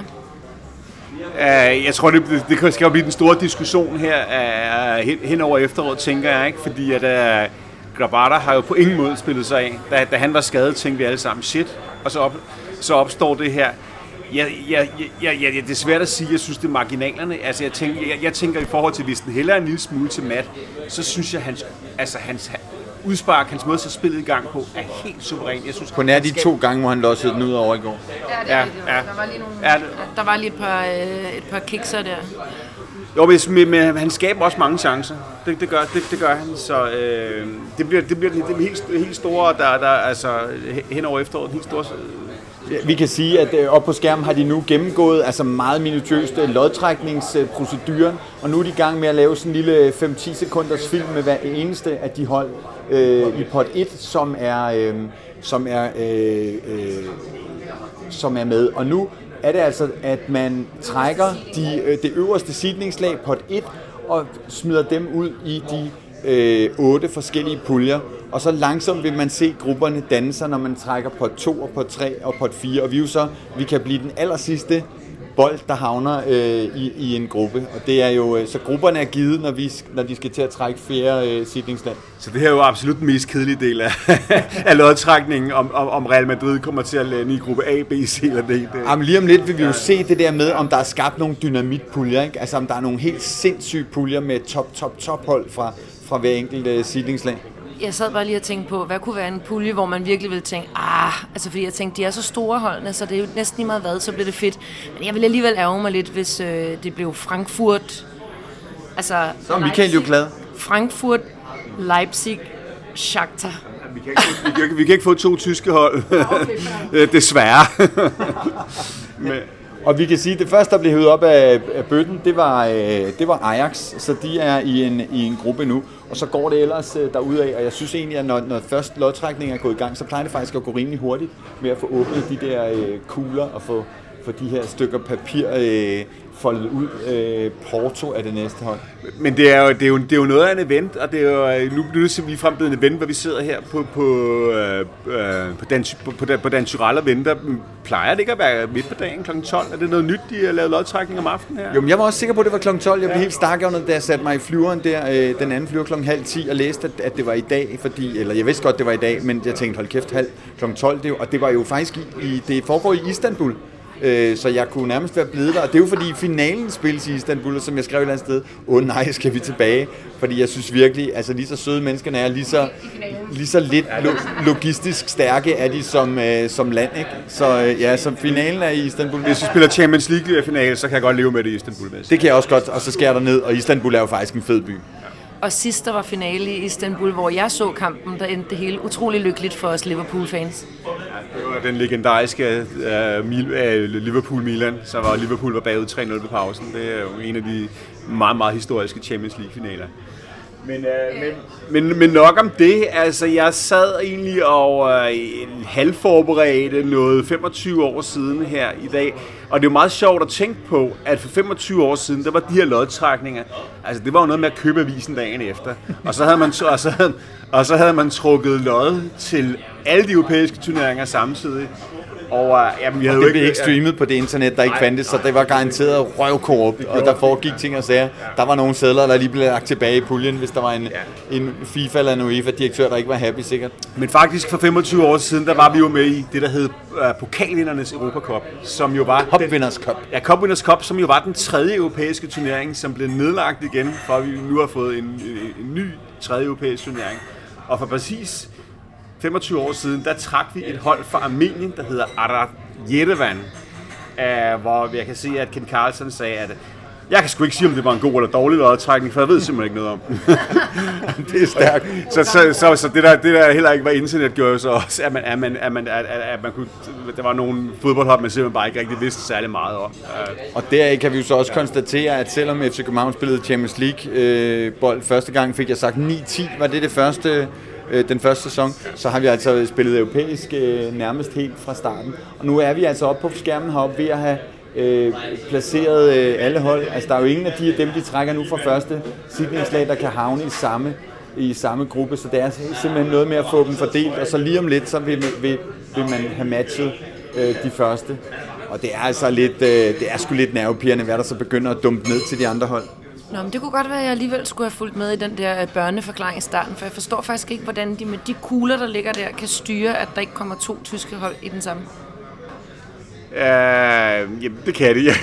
Uh, jeg tror, det, det skal jo blive den store diskussion her uh, hen, hen over efteråret, tænker jeg, ikke? Fordi at uh, Grabara har jo på ingen måde spillet sig af. Da, da han var skadet, tænkte vi alle sammen, shit, og så, op, så opstår det her. Jeg, jeg, jeg, jeg, jeg, det er svært at sige, jeg synes, det er marginalerne. Altså, jeg tænker, jeg, jeg tænker i forhold til, hvis den heller er en lille smule til Matt, så synes jeg, hans, altså, hans udspark, hans måde at spille i gang på, er helt suveræn. Jeg synes, på nær de to gange, hvor han lossede den ud over i går. Ja, det er ja, rigtigt. Ja. Der var lige nogle, ja, der var lige et par, øh, et par kikser der. Jo, men, men han skaber også mange chancer. Det, det, gør, det, det gør han, så øh, det bliver det bliver det helt, helt store, der, der altså hen over efteråret, helt store. Vi kan sige, at øh, op på skærmen har de nu gennemgået altså meget minutiøst øh, lodtrækningsproceduren, og nu er de i gang med at lave sådan en lille fem til ti sekunders film med hver eneste af de hold øh, i pot et, som er, øh, som, er, øh, øh, som er med. Og nu er det altså, at man trækker de, øh, det øverste seedningslag pot et og smider dem ud i de øh, otte forskellige puljer. Og så langsomt vil man se grupperne danne sig, når man trækker pot to og pot tre og pot fire. Og vi jo så, vi kan blive den aller sidste bold, der havner øh, i, i en gruppe. Og det er jo, så grupperne er givet, når, vi, når de skal til at trække flere øh, seedningslag. Så det her er jo absolut den mest kedelige del af, af lodtrækningen, om, om, om Real Madrid kommer til at lande i gruppe A, B, C eller D. Det. Jamen, lige om lidt vil vi jo se det der med, om der er skabt nogle dynamitpuljer, ikke? Altså om der er nogle helt sindssyge puljer med top, top, top hold fra, fra hver enkelt øh, seedningslag. Jeg sad bare lige og tænkte på, hvad kunne være en pulje, hvor man virkelig ville tænke, ah, altså fordi jeg tænkte, de er så store holdene, så det er jo næsten lige meget hvad, så bliver det fedt. Men jeg ville alligevel ærge mig lidt, hvis øh, det blev Frankfurt, altså... Så er Michael jo glad. Frankfurt, Leipzig, Shakhtar. Vi kan, ikke, vi, kan, vi kan ikke få to tyske hold, okay, desværre. Men. Og vi kan sige, at det første, der blev hævet op af, af bøtten, det var, øh, det var Ajax, så de er i en, i en gruppe nu. Og så går det ellers øh, derudad, og jeg synes egentlig, at når, når først lodtrækningen er gået i gang, så plejer det faktisk at gå rimelig hurtigt med at få åbnet de der øh, kugler og få, få de her stykker papir øh, foldet ud. Øh, Porto er det næste hold. Men det er jo, det er jo, det er jo noget af en event, og det er jo, nu bliver det simpelthen fremblevet en event, hvor vi sidder her på, på, øh, på, Dan, på, på, på Dan Tyrell og venter. Plejer det ikke at være midt på dagen klokken tolv? Er det noget nyt, de har lavet lodtrækning om aftenen her? Jo, men jeg var også sikker på, at det var klokken tolv. Jeg blev ja. helt stakavnet, da jeg satte mig i flyveren der, øh, den anden flyver klokken halv ti, og læste, at, at det var i dag, fordi, eller jeg vidste godt, det var i dag, men jeg tænkte, hold kæft, halv klokken tolv, det, og det var jo faktisk i, i det foregår i Istanbul. øh, så jeg kunne nærmest være blevet der. Og det er jo fordi finalen spilles i Istanbul, og som jeg skrev et eller andet sted, åh oh, nej, skal vi tilbage? Fordi jeg synes virkelig, altså lige så søde menneskerne er, lige så, lige så lidt lo- logistisk stærke er de som, øh, som land, ikke? Så øh, ja, så finalen er i Istanbul. Hvis du spiller Champions League-finale, så kan jeg godt leve med det i Istanbul. Det kan jeg også godt, og så skærer der ned, og Istanbul er jo faktisk en fed by. Og sidst der var finale i Istanbul, hvor jeg så kampen, der endte det hele utrolig lykkeligt for os Liverpool-fans. Ja, det var den legendariske uh, uh, Liverpool-Milan, så var Liverpool var bagud tre nul ved pausen. Det er jo en af de meget, meget historiske Champions League-finaler. Men, uh, men, men, men nok om det, altså jeg sad egentlig og uh, halvforberedte noget femogtyve år siden her i dag, og det er jo meget sjovt at tænke på, at for femogtyve år siden, der var de her lodtrækninger, altså det var jo noget med at købe avisen dagen efter, og så havde man, og så havde, og så havde man trukket lod til alle de europæiske turneringer samtidig. Og, uh, jamen, vi havde og det jo blev ikke streamet på det internet, der ikke nej, fandtes, så det var garanteret røvkorrupt, og der foregik ting og sager. Der var nogle sedler, der lige blev lagt tilbage i puljen, hvis der var en, ja. en FIFA eller en UEFA-direktør, der ikke var happy sikkert. Men faktisk for femogtyve år siden, der var vi jo med i det, der hed uh, Pokalvindernes Europa Cup, som jo var... Cupvinders Cup. Ja, Cupvinders Cup, som jo var den tredje europæiske turnering, som blev nedlagt igen, for at vi nu har fået en, en, en ny tredje europæisk turnering. Og for præcis femogtyve år siden, der trak vi et hold fra Armenien, der hedder Arat Yerevan, uh, hvor jeg kan se, at Ken Carlson sagde, at jeg kan sgu ikke sige, om det var en god eller dårlig lodtrækning, for jeg ved simpelthen ikke noget om. Det er stærkt. Så, så, så, så det, der, det der heller ikke var internet, gjorde jo så også, at man, at man, at man, at, at man kunne, der var nogle fodboldhold, man simpelthen bare ikke rigtig vidste særlig meget om. Og deraf kan vi jo så også konstatere, at selvom F C København spillede Champions League-bold øh, første gang, fik jeg sagt ni ti, var det det første... den første sæson, så har vi altså spillet europæisk øh, nærmest helt fra starten. Og nu er vi altså oppe på skærmen heroppe ved at have øh, placeret øh, alle hold. Altså der er jo ingen af de dem, de trækker nu fra første seedingslag, der kan havne i samme, i samme gruppe, så det er simpelthen noget med at få dem fordelt, og så lige om lidt, så vil, vil, vil man have matchet øh, de første. Og det er altså lidt, øh, det er sgu lidt nervepirrende, hvad der så begynder at dumpe ned til de andre hold. Nå, men det kunne godt være, at jeg alligevel skulle have fulgt med i den der børneforklaring i starten, for jeg forstår faktisk ikke, hvordan de med de kugler, der ligger der, kan styre, at der ikke kommer to tyske hold i den samme. Uh, jamen, det kan de. jeg,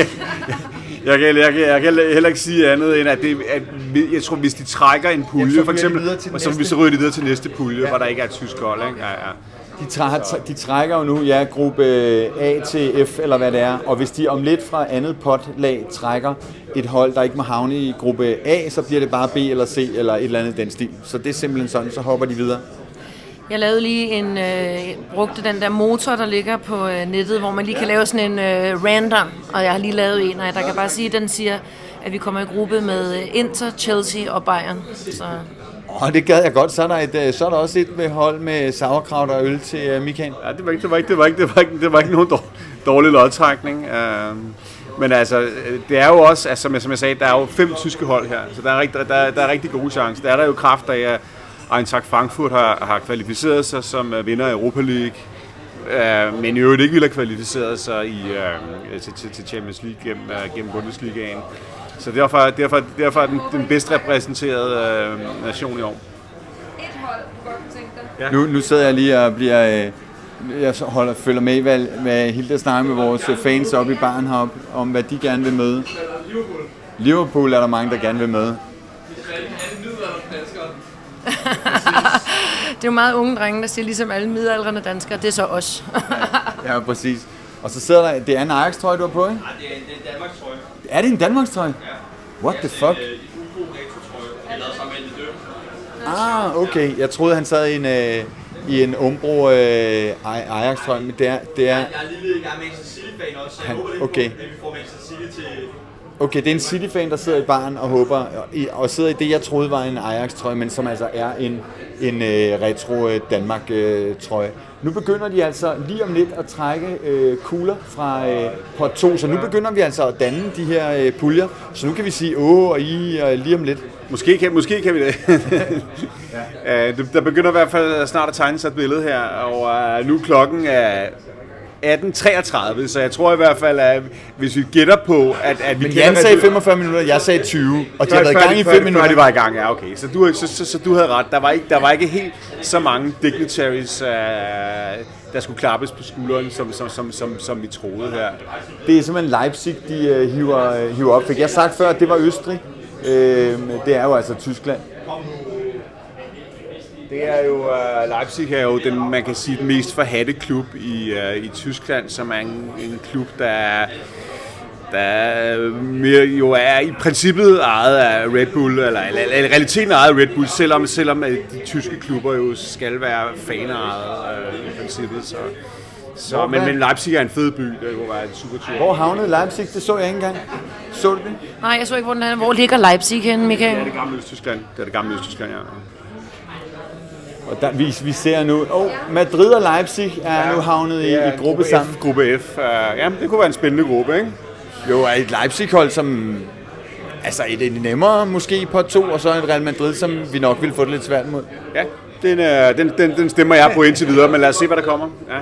kan, jeg, kan, jeg kan heller ikke sige andet, end at, det, at jeg tror, hvis de trækker en pulje, jamen, for eksempel, og så, så ryger de videre til næste pulje, ja. Hvor der ikke er et tysk hold. Ikke? Ja, ja. De, træ, de trækker jo nu, ja, gruppe A til F, eller hvad det er, og hvis de om lidt fra andet potlag trækker et hold, der ikke må havne i gruppe A, så bliver det bare B eller C, eller et eller andet den stil. Så det er simpelthen sådan, så hopper de videre. Jeg lavede lige en, øh, brugte den der motor, der ligger på øh, nettet, hvor man lige kan lave sådan en øh, random, og jeg har lige lavet en, og der kan bare sige, at den siger, at vi kommer i gruppe med Inter, Chelsea og Bayern. Så... Og det gad jeg godt. Så er der, et, så er der også et med hold med sauerkraut og øl til Michael. Ja, det var ikke, det var ikke, det var ikke, det var ikke, det var ikke nogen dårlig lodtrækning. Men altså, det er jo også, altså, som, jeg, som jeg sagde, der er jo fem tyske hold her, så der er rigtig, der, der er rigtig gode chancer. Der er der jo kraft af, at Eintracht Frankfurt har, har kvalificeret sig som vinder af Europa League, men i øvrigt ikke ville have kvalificeret sig i, til, til, til Champions League gennem, gennem Bundesligaen. Så derfor, derfor, derfor er den, den bedst repræsenterede øh, nation i år. Et hold, du godt tænke dig. Ja. Nu, nu sidder jeg lige og bliver, øh, jeg holder, følger med, hvad, hvad Hilda snakker med vores fans oppe i baren heroppe, om hvad de gerne vil møde. Liverpool. Liverpool er der mange, der gerne vil møde. Det er jo meget unge drenge, der siger ligesom alle midaldrende danskere, det er så os. ja, ja, præcis. Og så sidder der, det er en Ajax-trøje, du har på, ikke? Nej, det er en, det er en Danmarks-trøje. Er det en Danmarks-trøje? Ja. What the fuck? Det er en U K retro-trøje. Jeg lavede sammen med en døm. Ah, okay. Jeg troede, han sad i en, øh, i en Umbro øh, Ajax-trøje, men det er... Det er... Jeg er lige ved, jeg er Manchester City-fan også, så jeg han, håber lidt okay. på, at vi får Manchester City til... Okay, det er en City-fan, der sidder i baren og håber, og sidder i det, jeg troede var en Ajax-trøje, men som altså er en, en øh, retro øh, Danmark-trøje. Nu begynder de altså lige om lidt at trække øh, kugler fra øh, pot to, så nu begynder vi altså at danne de her øh, puljer, så nu kan vi sige åh og I øh, lige om lidt. Måske kan, måske kan vi det. ja. Der begynder i hvert fald snart at tegne sig et billede her, og uh, nu klokken er atten treogtredive, så jeg tror i hvert fald, at hvis vi gætter på, at, at vi Men Jan sagde femogfyrre minutter, jeg sagde tyve, og de har været i gang i fem minutter. Før de var i gang, ja, okay. Så du, så, så, så du havde ret. Der var, ikke, der var ikke helt så mange dignitaries, uh, der skulle klappes på skulderen, som, som, som, som, som vi troede her. Det er simpelthen Leipzig, de uh, hiver, uh, hiver op. Fik jeg sagt før, at det var Østrig. Uh, det er jo altså Tyskland. Det er jo, uh, Leipzig er jo den, man kan sige, den mest forhatte klub i, uh, i Tyskland, som er en, en klub, der er, der mere, jo er i princippet ejet af Red Bull, eller, eller, eller realiteten ejet af Red Bull, selvom, selvom de tyske klubber jo skal være fanejet uh, i princippet. Så, så, men, men Leipzig er en fed by, det jo være en super tur. Hvor havnede Leipzig? Det så jeg ikke engang. Så du det? Nej, jeg så ikke, hvor den er. Hvor ligger Leipzig henne, Michael? Det er det gamle Østtyskland. Det er det gamle Østtyskland, ja. Og der, vi, vi ser nu, oh, Madrid og Leipzig er ja, nu havnet i, i gruppe F, sammen. Gruppe F. Uh, ja, det kunne være en spændende gruppe, ikke? Jo, er et Leipzig-hold, som altså et, et nemmere måske på to, og så et Real Madrid, som vi nok vil få det lidt svært mod. Ja, den, uh, den, den, den stemmer jeg på indtil videre, men lad os se, hvad der kommer. Ja.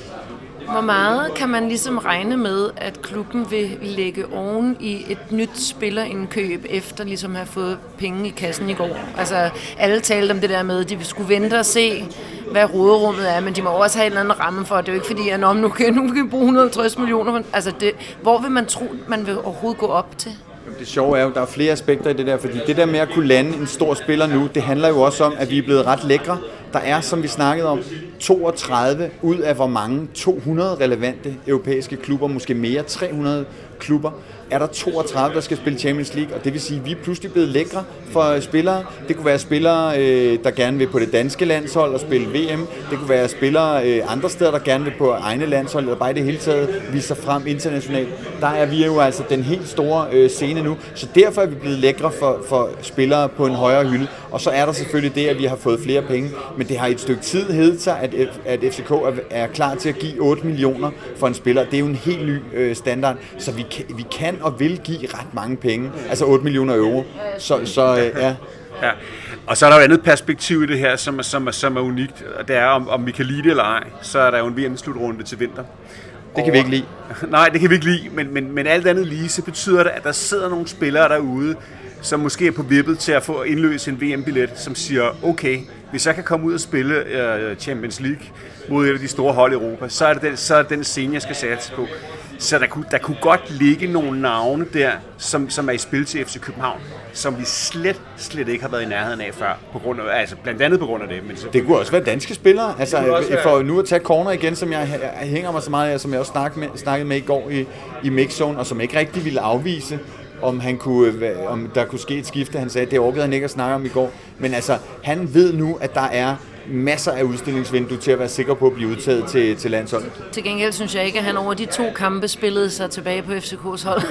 Hvor meget kan man ligesom regne med, at klubben vil lægge oven i et nyt spillerindkøb, efter ligesom at have fået penge i kassen i går? Altså, alle talte om det der med, at de skulle vente og se, hvad råderummet er, men de må også have en eller anden ramme for. Det er jo ikke fordi, at nu kan, nu kan vi bruge et hundrede og halvtreds millioner. Altså, det, hvor vil man tro, man vil overhovedet gå op til? Det sjove er jo, der er flere aspekter i det der, fordi det der med at kunne lande en stor spiller nu, det handler jo også om, at vi er blevet ret lækre. Der er, som vi snakkede om, toogtredive ud af hvor mange to hundrede relevante europæiske klubber, måske mere, tre hundrede klubber, er der toogtredive, der skal spille Champions League, og det vil sige, at vi er pludselig blevet lækre for spillere. Det kunne være spillere, der gerne vil på det danske landshold og spille V M. Det kunne være spillere andre steder, der gerne vil på egne landshold, eller bare i det hele taget vise sig frem internationalt. Der er vi jo altså den helt store scene nu, så derfor er vi blevet lækre for, for spillere på en højere hylde. Og så er der selvfølgelig det, at vi har fået flere penge, men det har i et stykke tid heddet sig, at, at F C K er, er klar til at give otte millioner for en spiller. Det er jo en helt ny øh, standard, så vi kan, vi kan og vil give ret mange penge, altså otte millioner euro. Så, så øh, ja. Ja. Og så er der jo et andet perspektiv i det her, som er, som er, som er unikt, og det er, om, om vi kan lide det eller ej, så er der jo en V M-slutrunde til vinter. Det kan vi ikke lide. Nej, det kan vi ikke lide, men, men, men alt andet lige, så betyder det, at der sidder nogle spillere derude, som måske er på vippet til at få indløse en V M-billet, som siger, okay, hvis jeg kan komme ud og spille uh, Champions League mod et af de store hold i Europa, så er det den, så er det den scene, jeg skal satse på. Så der kunne, der kunne godt ligge nogle navne der, som, som er i spil til F C København, som vi slet, slet ikke har været i nærheden af før, på grund af, altså blandt andet på grund af det. Men så... Det kunne også være danske spillere, altså være... for nu at tage corner igen, som jeg, jeg hænger mig så meget af, som jeg også snakkede med, snakkede med i går i, i mixzone, og som ikke rigtig ville afvise, om, han kunne, om der kunne ske et skifte. Han sagde, det orkede han ikke at snakke om i går. Men altså, han ved nu, at der er masser af udstillingsvinduer til at være sikker på at blive udtaget til, til landsholdet. Til gengæld synes jeg ikke, at han over de to kampe spillede sig tilbage på F C K's hold.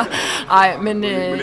Ej, men, øh,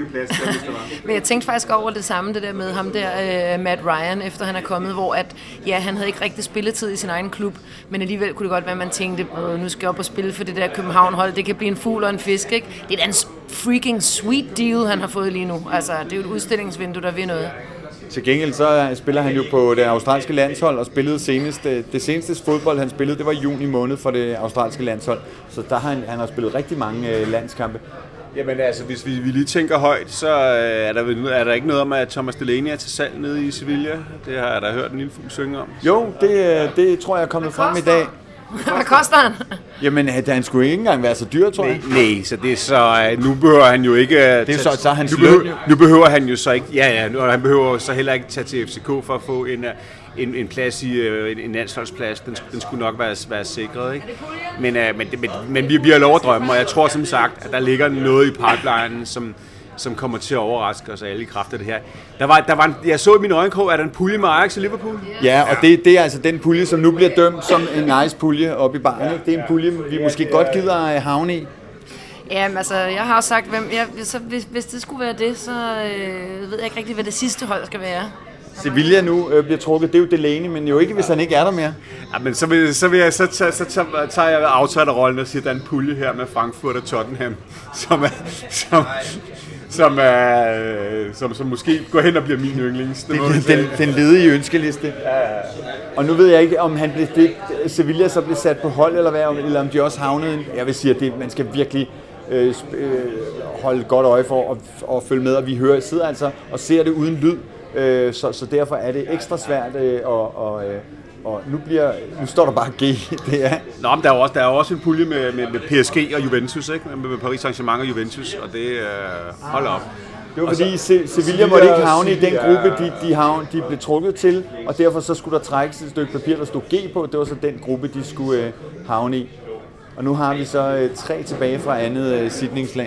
men jeg tænkte faktisk over det samme, det der med ham der, øh, Matt Ryan, efter han er kommet, hvor at, ja, han havde ikke rigtig spilletid i sin egen klub, men alligevel kunne det godt være, at man tænkte, nu skal jeg op og spille for det der København-hold, det kan blive en fugl og en fisk, ikke? Det er da en freaking sweet deal, han har fået lige nu. Altså, det er jo et udstillingsvindue, der vil noget. Til gengæld så spiller han jo på det australske landshold og spillede senest, det seneste fodbold, han spillede, det var i juni måned for det australske landshold. Så der har han, han har spillet rigtig mange landskampe. Jamen altså, hvis vi, vi lige tænker højt, så er der, er der ikke noget om, at Thomas Delaney er til salg nede i Sevilla. Det har jeg da hørt en lille fugl synge om. Jo, det, det tror jeg er kommet frem i dag. Hvad koster han? Jamen, han skulle ikke engang være så dyr, tror jeg. Nej, så det er så... Nu behøver han jo ikke... Det er så, så hans nu, behøver, nu behøver han jo så ikke... Ja, ja, nu, han behøver så heller ikke tage til F C K for at få en, en, en plads i... En, en landsholdsplads. Den, den skulle nok være, være sikret, ikke? Men, men, men, men vi, vi har lov at drømme, og jeg tror som sagt, at der ligger noget i pipelinen, som... som kommer til at overraske os alle i kraft af det her. Der var, der var en, jeg så i min øjenkrog, er der en pulje med Ajax og Liverpool? Ja, og det, det er altså den pulje, som nu bliver dømt som en nice pulje oppe i baren. Det er en pulje, vi måske godt gider havne i. Jamen altså, jeg har også sagt, hvem, jeg, så, hvis, hvis det skulle være det, så øh, ved jeg ikke rigtig, hvad det sidste hold skal være. Sevilla nu øh, bliver trukket, det er jo Delaney, men jo ikke, hvis han ikke er der mere. Ja, men så, vil, så, vil jeg, så, så, så, så tager jeg aftagerrollen og siger, at der er en pulje her med Frankfurt og Tottenham, som er... Som, som, er, som, som måske går hen og bliver min yndlings. Den, den, den ledige ønskeliste. Ja, ja. Og nu ved jeg ikke, om han blev det, Sevilla så blev sat på hold, eller hvad, eller om de også havnede. Jeg vil sige, at det, man skal virkelig øh, øh, holde godt øje for og, og følge med, og vi hører, sidder altså og ser det uden lyd, øh, så, så derfor er det ekstra svært øh, og, og øh, Og nu, bliver, nu står der bare G. Det er. Nå, men der er jo også, der er også en pulje med, med, med P S G og Juventus, ikke? Med Paris Saint-Germain og Juventus, og det øh, holder op. Det var fordi Se, Sevilla måtte ikke havne i den gruppe, de, de, havne, de blev trukket til, og derfor så skulle der trækkes et stykke papir, der stod G på. Det var så den gruppe, de skulle øh, havne i. Og nu har vi så øh, tre tilbage fra andet øh, sidningslag.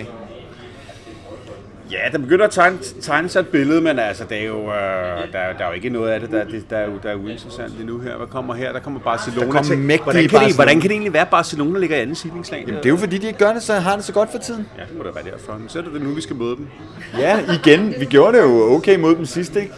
Ja, der begynder at tegne, tegne sig et billede, men altså, det er jo, øh, der, er, der er jo ikke noget af det, der, det, der, er, jo, der er uinteressant lige nu her. Hvad kommer her? Der kommer Barcelona. Der kommer mægtige hvordan, kan Barcelona. det, hvordan kan det egentlig være, at Barcelona ligger i anden sidningslag? Jamen, det er jo fordi, de ikke gør det, så har det så godt for tiden. Ja, det må da være derfor. Men så er det det nu, vi skal møde dem. Ja, igen. Vi gjorde det jo okay mod dem sidst, ikke?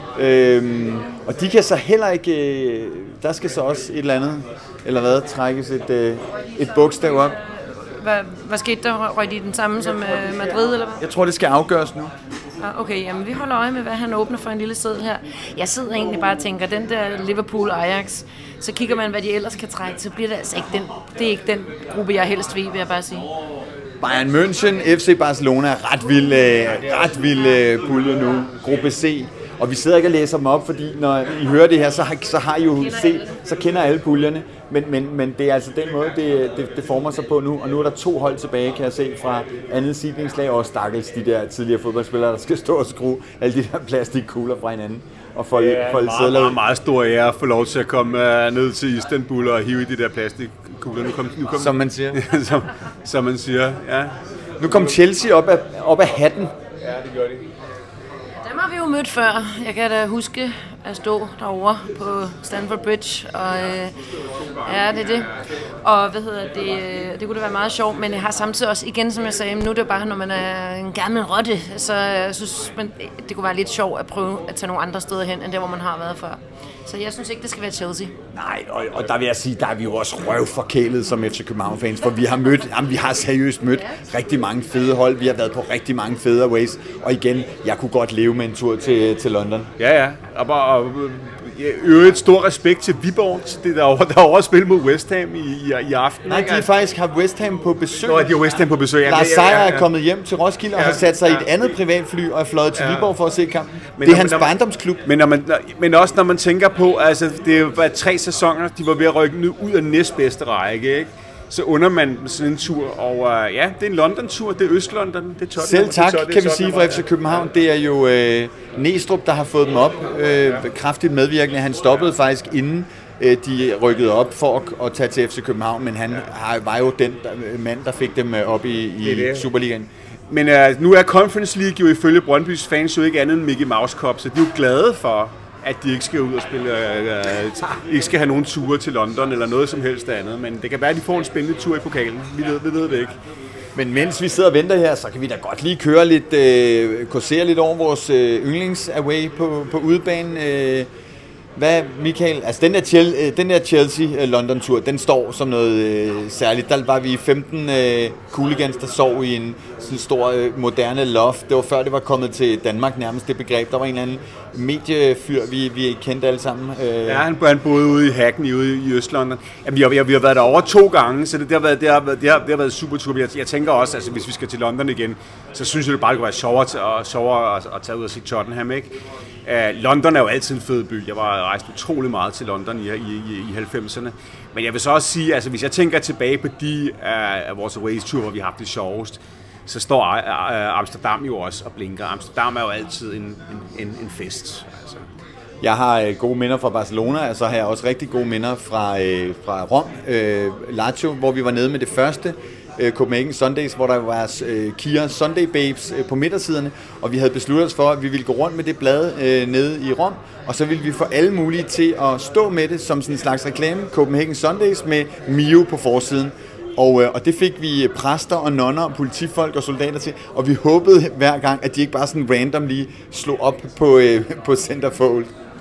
Øhm, og de kan så heller ikke... Øh, der skal så også et eller andet, eller hvad, trækkes et, øh, et bogstav op. Hvad, hvad skete der? Røg de den samme som øh, Madrid, eller hvad? Jeg tror, det skal afgøres nu. Okay, jamen vi holder øje med, hvad han åbner for en lille seddel her. Jeg sidder egentlig bare og tænker, den der Liverpool-Ajax, så kigger man, hvad de ellers kan trække, så bliver det altså ikke den, det er ikke den gruppe, jeg helst vil, vil jeg bare sige. Bayern München, F C Barcelona er ret vild, øh, ret vild øh, pulje nu. Gruppe C. Og vi sidder ikke og læser dem op, fordi når I hører det her, så har, så har I jo set, så kender alle puljerne. Men, men, men det er altså den måde, det, det, det former sig på nu. Og nu er der to hold tilbage, kan jeg se, fra andet sidningslag. Og stakkels de der tidligere fodboldspillere, der skal stå og skrue alle de der plastikkugler fra hinanden. Og folde, ja, folde meget, meget, meget stor ære at få lov til at komme uh, ned til Istanbul og hive i de der plastikkugler. Nu kom, nu kom, som man siger. som, som man siger, ja. Nu kom Chelsea op af, op af hatten. Ja, det gør de. Dem har vi jo mødt før. Jeg kan da huske at stå derovre på Stamford Bridge, og øh, ja, det er det. Og hvad hedder det, øh, det kunne da være meget sjovt, men jeg har samtidig også, igen som jeg sagde, nu er det jo bare, når man er en gammel rotte, så jeg synes, man, det kunne være lidt sjovt at prøve at tage nogle andre steder hen, end der, hvor man har været før. Så jeg synes ikke, det skal være Chelsea. Nej, og, og der vil jeg sige, der er vi jo også røvforkælet som F C København-fans, for vi har mødt, jamen, vi har seriøst mødt rigtig mange fede hold, vi har været på rigtig mange fede aways, og igen, jeg kunne godt leve med en tur til, til London. Ja, ja, og, og, og øvrigt stor respekt til Viborg, det der over, der over at spille mod West Ham i, i, i aften. Nej, de har faktisk haft West Ham på besøg. Nå, de har West Ham på besøg. Lars Seier ja, ja, ja. er kommet hjem til Roskilde ja, og har sat sig ja. i et andet privatfly og er fløjet til ja. Viborg for at se kampen. Men det er hans man, barndomsklub. Men, når man, men også når man tænker på, altså det var tre sæsoner, de var ved at rykke ud af næstbedste række, ikke? Så under man sådan en tur, og uh, ja, det er en London-tur, det er Øst-London, det er Tottenham. Selv tak, det er, det er kan vi sige fra F C København. Det er jo øh, Næstrup, der har fået dem op, øh, kraftigt medvirkende. Han stoppede faktisk inden øh, de rykkede op for at, at tage til F C København, men han ja. var jo den der, mand, der fik dem op i, i Superligaen. Men uh, nu er Conference League jo ifølge Brøndbys fans jo ikke andet end Mickey Mouse Cup, så de er jo glade for, at de ikke skal ud og spille, øh, ikke skal have nogen ture til London eller noget som helst andet. Men det kan være, at de får en spændende tur i pokalen. Vi ved, vi ved det ikke. Men mens vi sidder og venter her, så kan vi da godt lige køre lidt, øh, kursere lidt over vores øh, yndlings-away på, på udebanen. Øh, hvad, Michael? Altså den der, Chelsea, den der Chelsea-London-tur, den står som noget øh, særligt. Der var vi femten øh, hooligans, der sov i en sådan stor, øh, moderne loft. Det var før det var kommet til Danmark nærmest, det begreb. Der var en eller anden mediefyr, vi, vi kendte alle sammen. Øh. Ja, han, han boede ude i Hackney, ude i Øst-London. Jamen, vi, har, vi har været der over to gange, så det, det, har, været, det, har, det, har, det har været super tur. Jeg, jeg tænker også, altså hvis vi skal til London igen, så synes jeg det bare, det kunne være sjovere, og, sjovere at, at tage ud og se Tottenham, ikke? Uh, London er jo altid en fed by. Jeg var rejst utrolig meget til London i, i, i halvfemserne. Men jeg vil så også sige, altså hvis jeg tænker tilbage på de uh, af vores away-ture, hvor vi har haft det sjovest, så står uh, Amsterdam jo også og blinker. Amsterdam er jo altid en, en, en, en fest. Altså. Jeg har øh, gode minder fra Barcelona, og så har jeg også rigtig gode minder fra, øh, fra Rom, øh, Lazio, hvor vi var nede med det første. Copenhagen Sundays, hvor der var øh, Kia Sunday Babes øh, på midtersiderne, og vi havde besluttet os for, at vi ville gå rundt med det blad øh, nede i Rom, og så ville vi få alle mulige til at stå med det som sådan en slags reklame, Copenhagen Sundays med Mio på forsiden. Og, øh, og det fik vi præster og nonner og politifolk og soldater til, og vi håbede hver gang, at de ikke bare sådan random lige slog op på, øh, på Centerfold.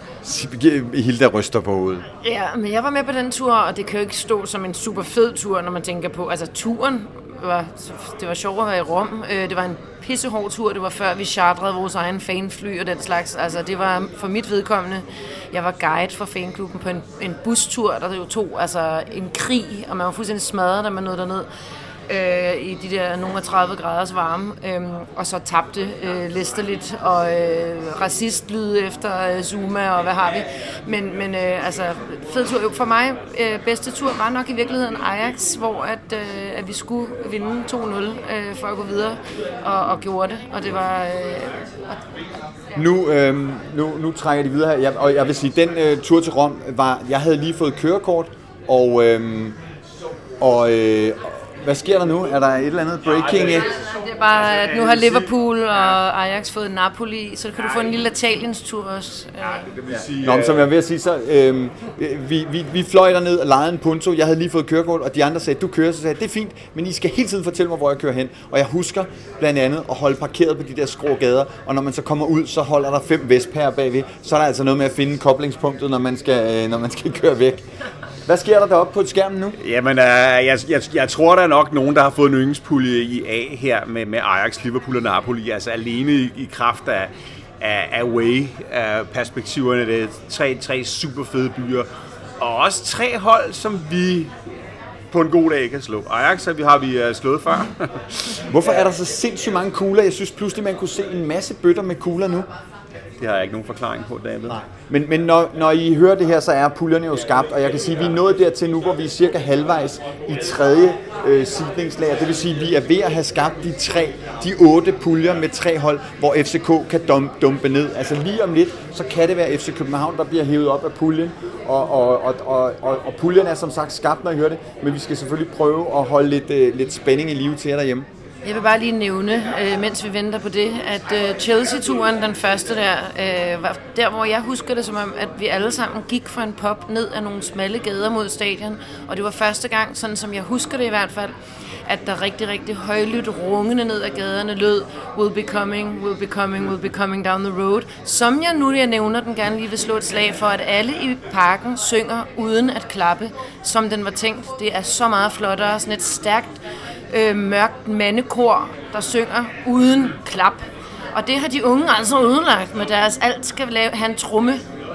Hilda ryster på hovedet. Ja, men jeg var med på den tur, og det kan jo ikke stå som en super fed tur, når man tænker på, altså turen var, det var sjovt at være i Rom. Det var en pissehård tur. Det var før vi chartrede vores egen fanfly og den slags. Altså, det var for mit vedkommende. Jeg var guide for fanklubben på en, en bustur, der jo tog altså, en krig, og man var fuldstændig smadret, da man nåede derned. Øh, i de der nogle af tredive graders varme, øh, og så tabte øh, læsterligt og øh, racistlyd efter øh, Zuma og hvad har vi. Men, men øh, altså, fed tur. For mig, øh, bedste tur var nok i virkeligheden Ajax, hvor at, øh, at vi skulle vinde to nul øh, for at gå videre, og, og gjorde det. Og det var... Øh, og, Nu, øh, nu, nu trækker de videre her, jeg, og jeg vil sige, den øh, tur til Rom var... Jeg havde lige fået kørekort, og... Øh, og øh, hvad sker der nu? Er der et eller andet breaking? Det er bare, at nu har Liverpool og Ajax fået Napoli, så kan du få en lille Italiens-tur også. Nå, men som jeg vil sige, så øh, vi, vi, vi fløj derned og lejede en punto. Jeg havde lige fået kørekort, og de andre sagde, du kører, så sagde jeg, det er fint, men I skal hele tiden fortælle mig, hvor jeg kører hen. Og jeg husker blandt andet at holde parkeret på de der skrå gader, og når man så kommer ud, så holder der fem vestpærer bagved. Så er der altså noget med at finde koblingspunktet, når man skal, når man skal køre væk. Hvad sker der deroppe på skærmen nu? Jamen, øh, jeg, jeg, jeg tror, der er nok nogen, der har fået en yndlingspulje i A her med, med Ajax, Liverpool og Napoli. Altså alene i, i kraft af, af away-perspektiverne. Det er tre, tre super fede byer. Og også tre hold, som vi på en god dag kan slå. Ajax har vi, har vi uh, slået før. Hvorfor er der så sindssygt mange kugler? Jeg synes pludselig, man kunne se en masse bøtter med kugler nu. Det har jeg ikke nogen forklaring på, David. Nej. Men, men når, når I hører det her, så er puljerne jo skabt, og jeg kan sige, at vi er nået dertil nu, hvor vi er cirka halvvejs i tredje øh, seedningslager. Det vil sige, at vi er ved at have skabt de tre, de otte puljer med tre hold, hvor F C K kan dum, dumpe ned. Altså lige om lidt, så kan det være F C København, der bliver hævet op af puljen, og, og, og, og, og, og puljen er som sagt skabt, når I hører det, men vi skal selvfølgelig prøve at holde lidt, øh, lidt spænding i live til jer derhjemme. Jeg vil bare lige nævne, øh, mens vi venter på det, at øh, Chelsea-turen, den første der, øh, var der, hvor jeg husker det som om, at vi alle sammen gik fra en pub ned ad nogle smalle gader mod stadion, og det var første gang, sådan som jeg husker det i hvert fald, at der rigtig, rigtig højlydt rungende ned ad gaderne lød "Will be coming, will be coming, will be coming down the road", som jeg nu, jeg nævner den, gerne lige vil slå et slag for, at alle i parken synger uden at klappe, som den var tænkt. Det er så meget flottere, sådan et stærkt, Øh, mørkt mandekor, der synger uden klap. Og det har de unge altså ødelagt med deres alt skal lave, have en tromme.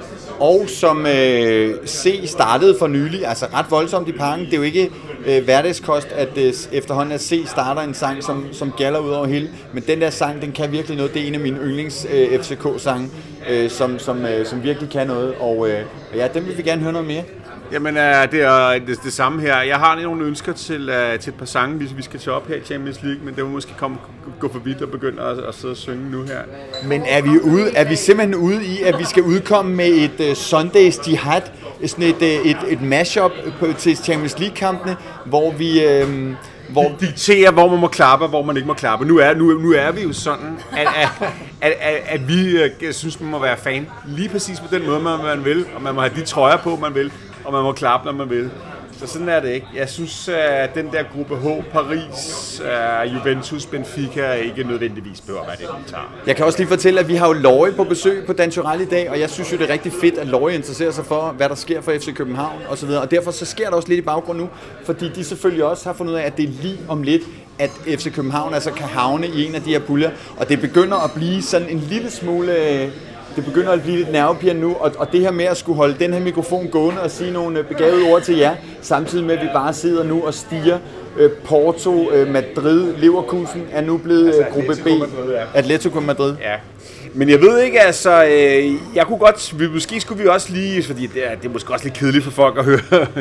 Og som øh, C startede for nylig, altså ret voldsomt i parken. Det er jo ikke øh, hverdagskost, at øh, efterhånden at C starter en sang, som, som gælder ud over hele. Men den der sang, den kan virkelig noget. Det er en af mine yndlings øh, F C K-sange, øh, som, som, øh, som virkelig kan noget. Og øh, ja, den vil vi gerne høre noget mere. Jamen, det er det, det samme her. Jeg har lige nogle ønsker til, uh, til et par sange, hvis vi skal tage op her i Champions League, men det må måske komme, gå for vidt og begynde at, at sidde og synge nu her. Men er vi, ude, er vi simpelthen ude i, at vi skal udkomme med et uh, Sundays Jihad, sådan et, et, et, et mashup på, til Champions League-kampene, hvor vi... Uh, hvor dikterer, hvor man må klappe, og hvor man ikke må klappe. Nu er, nu, nu er vi jo sådan, at, at, at, at, at vi uh, synes, man må være fan lige præcis på den måde, man, man vil, og man må have de trøjer på, man vil, og man må klappe, når man vil. Så sådan er det ikke. Jeg synes, at den der gruppe H, Paris, Juventus, Benfica, ikke nødvendigvis behøver at være det, vi tager. Jeg kan også lige fortælle, at vi har jo Løje på besøg på Dan Tyrell i dag, og jeg synes jo, det er rigtig fedt, at Løje interesserer sig for, hvad der sker for F C København osv. Og derfor så sker der også lidt i baggrund nu, fordi de selvfølgelig også har fundet ud af, at det er lige om lidt, at F C København altså kan havne i en af de her puljer, og det begynder at blive sådan en lille smule... Det begynder at blive lidt nervepirrende nu, og, og det her med at skulle holde den her mikrofon gående og sige nogle begavede ord til jer, samtidig med, at vi bare sidder nu og stiger. Øh, Porto, øh, Madrid, Leverkusen er nu blevet altså, gruppe B. Madrid, ja. Atletico Madrid. Ja. Men jeg ved ikke, altså, øh, jeg kunne godt, vi, måske skulle vi også lige, fordi det er, det er måske også lidt kedeligt for folk at høre.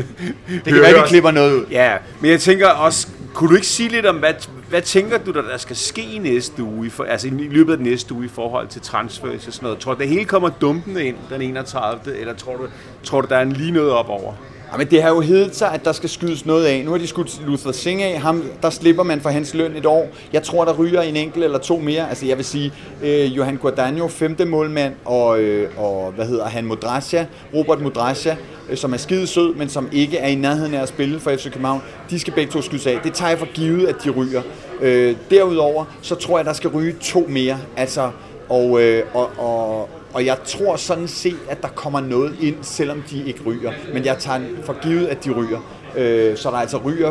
Det kan være, at vi klipper noget ud. Ja, men jeg tænker også, kunne du ikke sige lidt om, hvad, hvad tænker du, der, der skal ske i næste uge, for, altså i løbet af den næste uge i forhold til transfers og sådan noget? Tror du, det hele kommer dumpende ind den enogtredivte eller tror du, tror du der er en lige noget op over? Ja, men det har jo heddet sig, at der skal skydes noget af. Nu har de skudt Luther Singh af. Ham, der slipper man for hans løn et år. Jeg tror, der ryger en enkelt eller to mere. Altså, jeg vil sige, øh, Johan Guardagno, femte målmand, og, øh, og hvad hedder han, Modrasja, Robert Modrasja, øh, som er skide sød, men som ikke er i nærheden af at spille for F C København. De skal begge to skydes af. Det tager jeg for givet, at de ryger. Øh, derudover, så tror jeg, der skal ryge to mere. Altså, og, øh, og, og Og jeg tror sådan set, at der kommer noget ind, selvom de ikke ryger. Men jeg tager for givet, at de ryger. Øh, så der altså ryger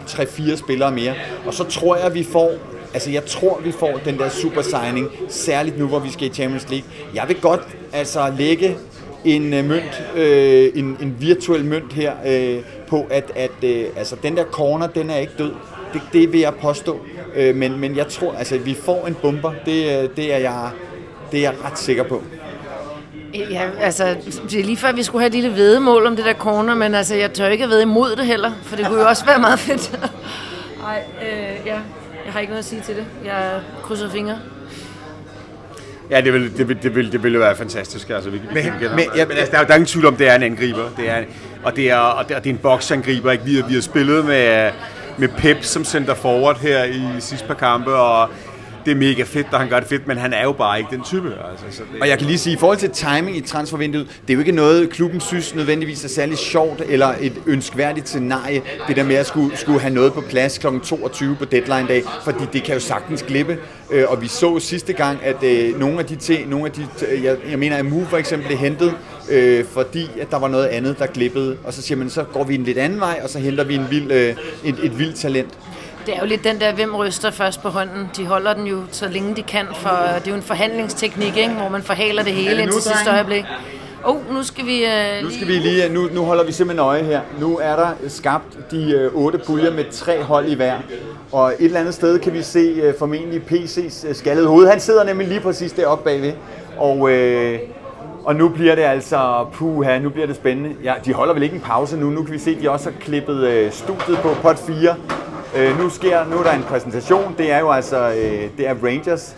tre fire spillere mere. Og så tror jeg, vi får, altså jeg tror, vi får den der super signing, særligt nu, hvor vi skal i Champions League. Jeg vil godt altså lægge en uh, mønt, øh, en, en virtuel mønt her øh, på, at, at øh, altså, den der corner, den er ikke død. Det, det vil jeg påstå. Øh, men, men jeg tror, altså, at vi får en bomber. Det, det, er jeg, det er jeg ret sikker på. Ja, altså, det er lige før, vi skulle have et lille væddemål om det der corner, men altså, jeg tør ikke at vædde imod det heller, for det kunne jo også være meget fedt. Nej, øh, ja, jeg har ikke noget at sige til det. Jeg krydser fingre. Ja, det vil, det vil, det vil, det vil jo være fantastisk. Altså, vi, men, men, men, ja, men altså, der er jo der er ingen tvivl om, det er en angriber. Det er, og, det er, og, det, og det er en boksangriber. Ikke? Vi, har, vi har spillet med, med Pep som center forward her i sidste par kampe, og det er mega fedt, og han gør det fedt, men han er jo bare ikke den type. Altså, så det... Og jeg kan lige sige, i forhold til timing i transfervinduet, det er jo ikke noget, klubben synes nødvendigvis er særlig sjovt, eller et ønskværdigt scenarie, det der med at skulle, skulle have noget på plads klokken toogtyve på deadline-dag, fordi det kan jo sagtens glippe. Og vi så sidste gang, at øh, nogle af de ting, nogle af de, jeg, jeg mener, at Move for eksempel blev hentet, øh, fordi at der var noget andet, der glippede. Og så siger man, så går vi en lidt anden vej, og så henter vi en vild, øh, et, et vildt talent. Det er jo lidt den der, hvem ryster først på hånden. De holder den jo så længe de kan, for det er jo en forhandlingsteknik, ikke? Hvor man forhaler det hele indtil sidste øjeblik. Åh, oh, nu skal vi uh, Nu skal vi lige, nu, nu holder vi simpelthen øje her. Nu er der skabt de uh, otte puljer med tre hold i hver. Og et eller andet sted kan vi se uh, formentlig P C's uh, skaldede hoved. Han sidder nemlig lige præcis deroppe bagved. Og, uh, og nu bliver det altså, puha, nu bliver det spændende. Ja, de holder vel ikke en pause nu. Nu kan vi se, at de også har klippet uh, studiet på pot fire. Uh, nu, sker, nu er der en præsentation. Det er jo altså, uh, det er Rangers.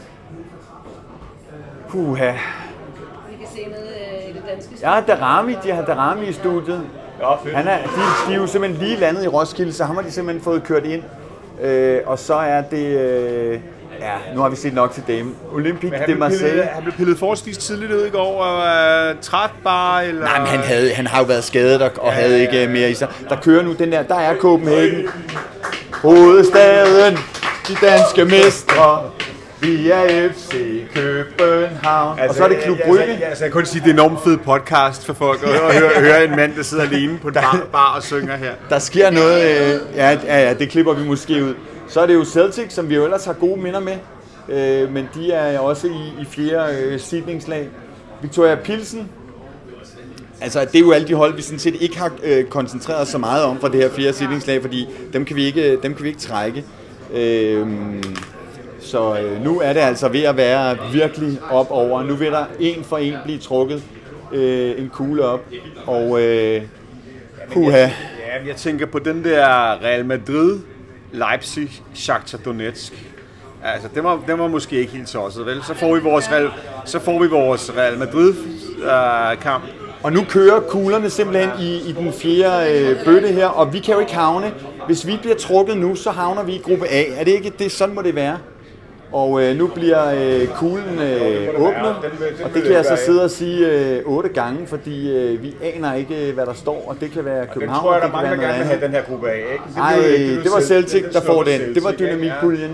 Puha. Vi kan se noget i det danske studie. Ja, Darami, de har Darami i studiet. Han er, de, de er jo simpelthen lige landet i Roskilde, så ham har de simpelthen fået kørt ind. Øh, og så er det... Øh, ja, nu har vi set nok til dem. Olympique de Marseille. Han blev pillet forholdsvis tidligt ud i går, og er træt bare, eller... Nej, men han, havde, han har jo været skadet og, og ja, havde ikke mere i sig. Der kører nu den der, der er Copenhagen. Hovedstaden, de danske mestre. Vi er F C København. Altså, og så er det Klub Brygge. Altså, altså, jeg kan kun sige, at det er en enormt fed podcast for folk at høre, høre en mand, der sidder alene på en bar, bar og synger her. Der sker noget, øh, ja, ja, ja, det klipper vi måske ud. Så er det jo Celtic, som vi jo ellers har gode minder med. Øh, men de er også i, i fjerde øh, seedningslag. Victoria Pilsen. Altså, det er jo alle de hold, vi sådan set ikke har øh, koncentreret os så meget om fra det her fjerde seedningslag, fordi dem kan vi ikke, dem kan vi ikke trække. Øh, Så øh, nu er det altså ved at være virkelig op over. Nu vil der en for en blive trukket øh, en kugle op. Og øh, puha. Ja, jeg tænker på den der Real Madrid, Leipzig, Shakhtar Donetsk. Altså, det var, det var måske ikke helt tosset, vel? Så får vi vores Real, så får vi vores Real Madrid øh, kamp. Og nu kører kuglerne simpelthen i, i den fjerde øh, bøtte her, og vi kan jo ikke havne. Hvis vi bliver trukket nu, så havner vi i gruppe A. Er det ikke det? Sådan må det være. Og øh, nu bliver øh, kuglen øh, åbnet, og det kan jeg så sidde og sige øh, otte gange, fordi øh, vi aner ikke, hvad der står, og det kan være København, tror jeg, det kan være noget andet. have den her gruppe A, ikke? Nej, det, det var Celtic, der får den. Det var dynamikpuljen.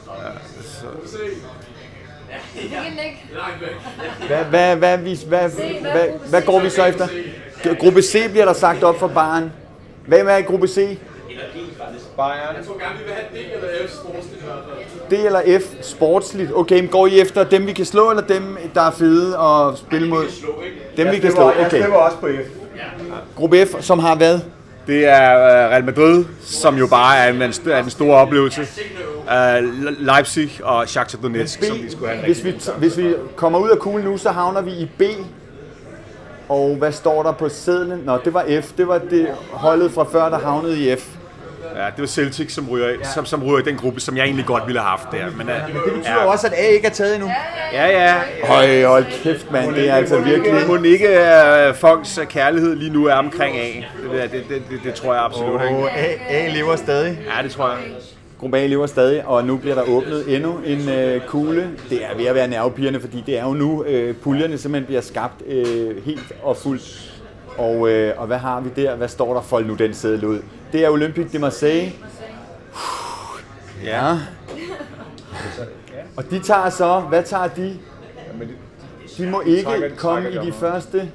Hvad, hvad, hvad, hvad, hvad, hvad, hvad går vi så efter? Gruppe C bliver der sagt op for baren. Hvem er i gruppe C? Bayern. Jeg tror gerne, vi vil have D eller F sportsligt. D eller F sportsligt. Okay, men går I efter dem, vi kan slå, eller dem, der er fede at spille mod? Dem, vi kan slå, okay. Jeg stemmer også på F. Gruppe F, som har hvad? Det er Real Madrid, som jo bare er en, er en stor oplevelse. Uh, Leipzig og Shakhtar Donetsk, som vi skulle have. Hvis vi, hvis vi kommer ud af kuglen nu, så havner vi i B. Og hvad står der på sedlen? Nå, det var F. Det var det holdet fra før, der havnede i F. Ja, det var Celtic, som ryger, ja. som, som ryger i den gruppe, som jeg egentlig godt ville have haft der. Men, uh, Men det betyder ja. også, at A ikke er taget endnu. Ja, ja. Høj, hold kæft, mand. Det er altså virkelig... Må ikke uh, folks kærlighed lige nu er omkring A. Det, det, det, det, det tror jeg absolut ikke. Og A, A lever stadig. Ja, det tror jeg. Gruppe A lever stadig, og nu bliver der åbnet endnu en øh, kugle. Det er ved at være nervepirrende, fordi det er jo nu, øh, puljerne simpelthen bliver skabt øh, helt og fuldt. Og, øh, og hvad har vi der? Hvad står der? Fold nu den seddel ud. Det er Olympique de Marseille. Ja. Og de tager så, hvad tager de? De må ikke komme i de første.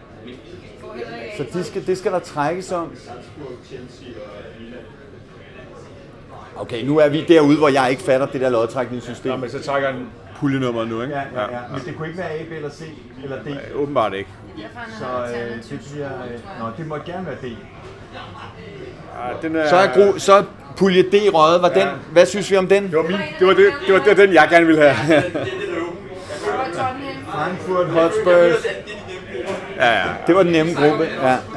Så de skal, det skal der trækkes om. Okay, nu er vi derude, hvor jeg ikke fatter det der lodtrækningssystem. Nå, men så trækker den puljenummeret nu, ikke? Ja, ja, ja. Men det kunne ikke være A, B eller C eller D? Nej, åbenbart ikke. Så øh, det bliver... Øh, nå, det må gerne være D. Ja, den er... Så er, gru, så er pulje D røget. Var den, hvad synes vi om den? Det var, min, det, var det, det, var, det var den, jeg gerne ville have. Frankfurt Hotspurs. Ja, ja. Det var den nemme gruppe. Ja, ja.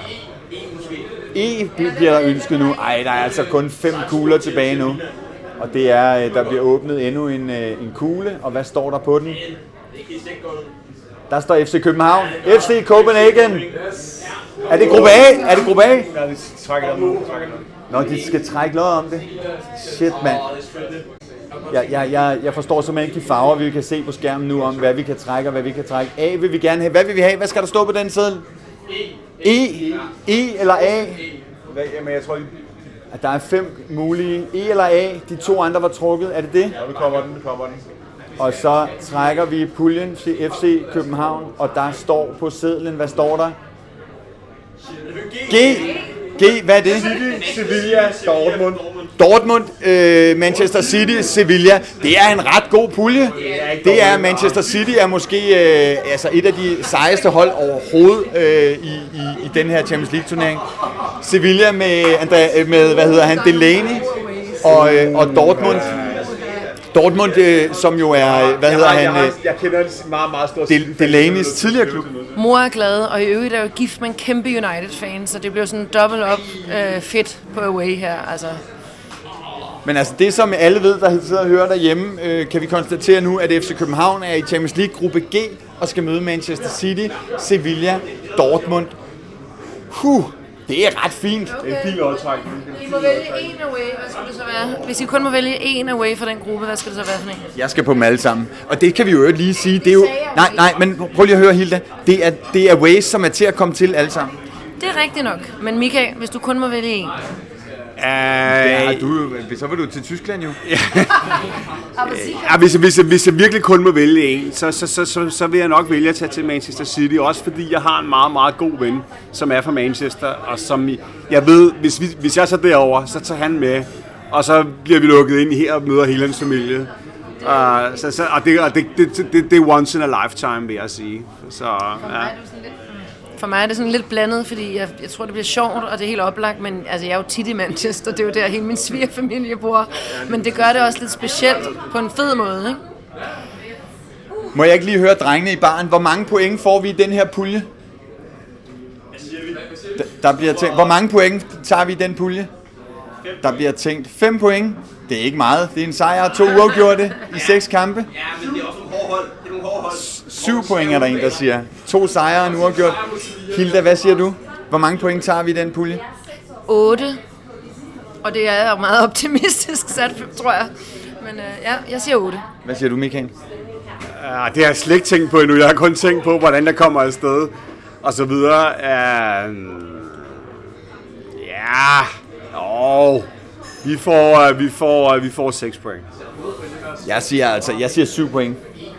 E bliver der ønsket nu. Ej, der er altså kun fem kugler tilbage nu. Og det er, der bliver åbnet endnu en, en kugle. Og hvad står der på den? Der står F C København. F C Copenhagen. Er det gruppe A? Er det gruppe A? Ja, de trækker den nu. Nå, de skal trække noget om det. Shit, mand. Jeg, jeg, jeg, jeg forstår simpelthen ikke de farver, vi kan se på skærmen nu om, hvad vi kan trække og hvad vi kan trække. A vil vi gerne have. Hvad vil vi have? Hvad skal der stå på den seddel? E. E eller A? Jamen, jeg tror, at der er fem mulige. E eller A. De to andre var trukket. Er det det? Ja, nu kommer den, nu kommer den. Og så trækker vi puljen til F C København, og der står på sedlen, hvad står der? G. G, hvad er det? City, Sevilla, Dortmund. Dortmund, øh, Manchester City, Sevilla. Det er en ret god pulje. Det er Manchester City er måske øh, altså et af de sejeste hold overhovedet øh, i, i, i den her Champions League turnering. Sevilla med, André, med hvad hedder han, Delaney og, øh, og Dortmund. Dortmund, øh, som jo er, hvad hedder han? Jeg, jeg kender en meget, meget stor Del, Delaney's tidligere klub. Mor er glad, og i øvrigt er jo gift med en kæmpe United-fan, så det bliver sådan dobbelt op øh, fedt på away her. Altså. Men altså det, som alle ved, der sidder og hører derhjemme, øh, kan vi konstatere nu, at F C København er i Champions League gruppe G og skal møde Manchester City, Sevilla, Dortmund. Huh, det er ret fint. Okay. Det er en fin lodtrækning. I må vælge en away, hvad skal det så være? Hvis I kun må vælge en away for den gruppe, hvad skal det så være for en? Jeg skal på dem alle sammen. Og det kan vi jo lige sige. Det er jo... Nej, nej, men prøv lige at høre, Hilda. Det er, det er ways, som er til at komme til alle sammen. Det er rigtigt nok. Men Michael, hvis du kun må vælge en. Ja, du, så vil du til Tyskland jo. Ja, hvis, hvis, hvis jeg virkelig kun må vælge en, så, så, så, så, så vil jeg nok vælge at tage til Manchester City. Også fordi jeg har en meget, meget god ven, som er fra Manchester. Og som jeg ved, hvis, vi, hvis jeg så derovre, så tager han med. Og så bliver vi lukket ind her og møder hele hans familie. Uh, så, så, og det, og det, det, det, det er once in a lifetime, vil jeg sige. Så, ja. For mig er det sådan lidt blandet, fordi jeg, jeg tror, det bliver sjovt, og det er helt oplagt, men altså, jeg er jo tit i Manchester, det er jo der hele min svigerfamilie bor. Men det gør det også lidt specielt på en fed måde, ikke? Må jeg ikke lige høre drengene i baren, hvor mange point får vi i den her pulje? Der, der bliver tænkt, hvor mange point tager vi i den pulje? Der bliver tænkt fem point. Det er ikke meget. Det er en sejr og to uafgjorte i seks kampe. Ja, men det er også nogle hårde hold. Det er nogle hårde hold. Syv point er der en, der siger. To sejre og en uafgjort. Hilda, hvad siger du? Hvor mange point tager vi i den pulje? otte. Og det er jo meget optimistisk sat, tror jeg. Men øh, ja, jeg siger otte. Hvad siger du, Michael? Ja, det har jeg slet ikke tænkt på endnu. Jeg har kun tænkt på, hvordan der kommer afsted. Og så videre. Uh, ja... Åh... Vi får, vi får, vi får seks point. Jeg siger altså, jeg siger syv point.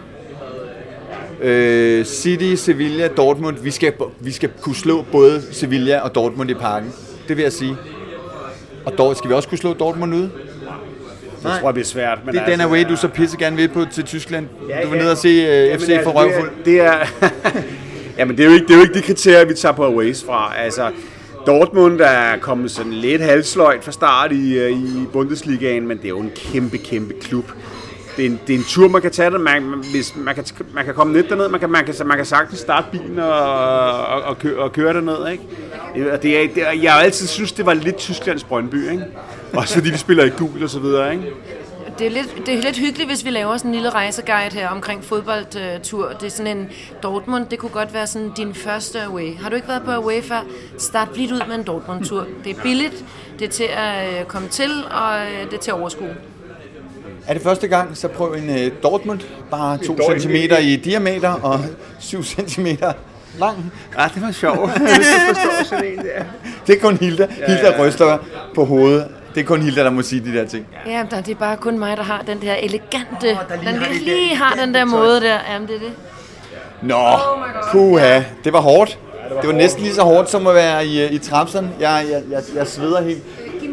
Øh, City, Sevilla, Dortmund. Vi skal, vi skal kunne slå både Sevilla og Dortmund i parken. Det vil jeg sige. Og Dort, skal vi også kunne slå Dortmund ude? Det tror jeg bliver svært. Men det er den altså, away, du så pisse gerne vil på til Tyskland. Ja, du vil ja, ned og se uh, F C altså, for røvfuld. Det er, det er jamen det er jo ikke det er jo ikke de kriterier, vi tager på aways fra. Altså Dortmund er kommet sådan lidt halvsløjt fra start i, i Bundesligaen, men det er jo en kæmpe, kæmpe klub. Det er en, det er en tur, man kan tage det. Man, hvis, man, kan, man kan komme lidt derned, man kan, man kan, man kan sagtens starte bilen og, og, og, køre, og køre derned, ikke? Det er, det er, jeg har altid synes, det var lidt Tysklands Brøndby, ikke? Også fordi vi spiller i gul og så videre, ikke? Det er, lidt, det er lidt hyggeligt, hvis vi laver sådan en lille rejseguide her omkring fodboldtur. Det er sådan en Dortmund, det kunne godt være sådan din første away. Har du ikke været på away før? Start blidt ud med en Dortmund-tur. Det er billigt, det er til at komme til, og det er til at overskue. Er det første gang, så prøv en uh, Dortmund, bare to centimeter i diameter og syv centimeter lang. Ja, det var sjovt. Jeg forstår sådan en der. Det er kun Hilda. Hilda ja, ja. ryster på hovedet. Det er kun Hilda, der må sige de der ting. Ja, det er bare kun mig, der har den der elegante, oh, der lige den har, lige har den der måde der. Jamen, det er det. Nå, oh puha, det var hårdt. Det var næsten lige så hårdt som at være i, i Trabzon. Jeg, jeg, jeg, jeg sveder helt. Giv mig lige en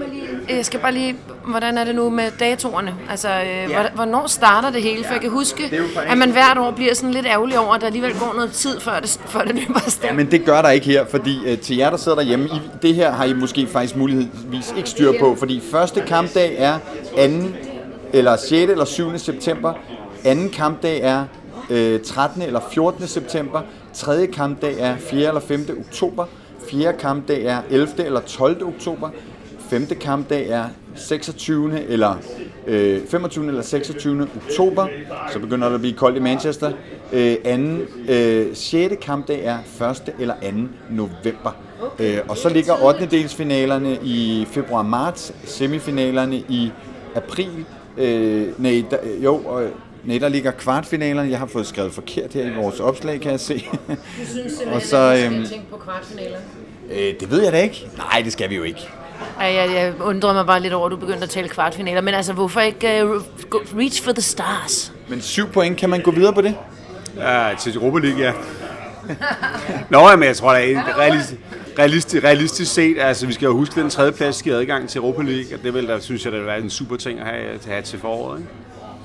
jeg skal bare lige, hvordan er det nu med datoerne? Altså, øh, ja. hvornår starter det hele? For jeg kan huske, at man hvert år bliver sådan lidt ærgerlig over, at der alligevel går noget tid, før det, før det løber afsted. Ja, men det gør der ikke her, fordi øh, til jer, der sidder derhjemme, i, det her har I måske faktisk muligvis ikke styr på, fordi første kampdag er anden eller sjette eller syvende september, anden kampdag er øh, trettende eller fjortende september, tredje kampdag er fjerde eller femte oktober, fjerde kampdag er ellevte eller tolvte oktober, femte kampdag er seksogtyvende eller øh, femogtyvende eller seksogtyvende oktober, så begynder det at blive koldt i Manchester. Øh, anden, øh, sjette kampdag er første eller anden november. Øh, og så ligger ottende delsfinalerne i februar-marts, semifinalerne i april. Øh, nej, der, jo, øh, nej, der ligger kvartfinalerne. Jeg har fået skrevet forkert her i vores opslag, kan jeg se. Du synes simpelthen, og så, at vi øhm, skal tænke på kvartfinaler? Øh, det ved jeg da ikke. Nej, det skal vi jo ikke. Ej, jeg, jeg undrer mig bare lidt over, at du begyndte at tale kvartfinaler. Men altså, hvorfor ikke uh, reach for the stars? Men syv point, kan man gå videre på det? Ja, til Europa League, ja. Nå, men jeg tror, det er realistisk, realistisk, realistisk set. Altså, vi skal jo huske, at den tredje plads giver adgang til Europa League, og det vil der, synes jeg, det vil være en super ting at have, at have til foråret, ikke?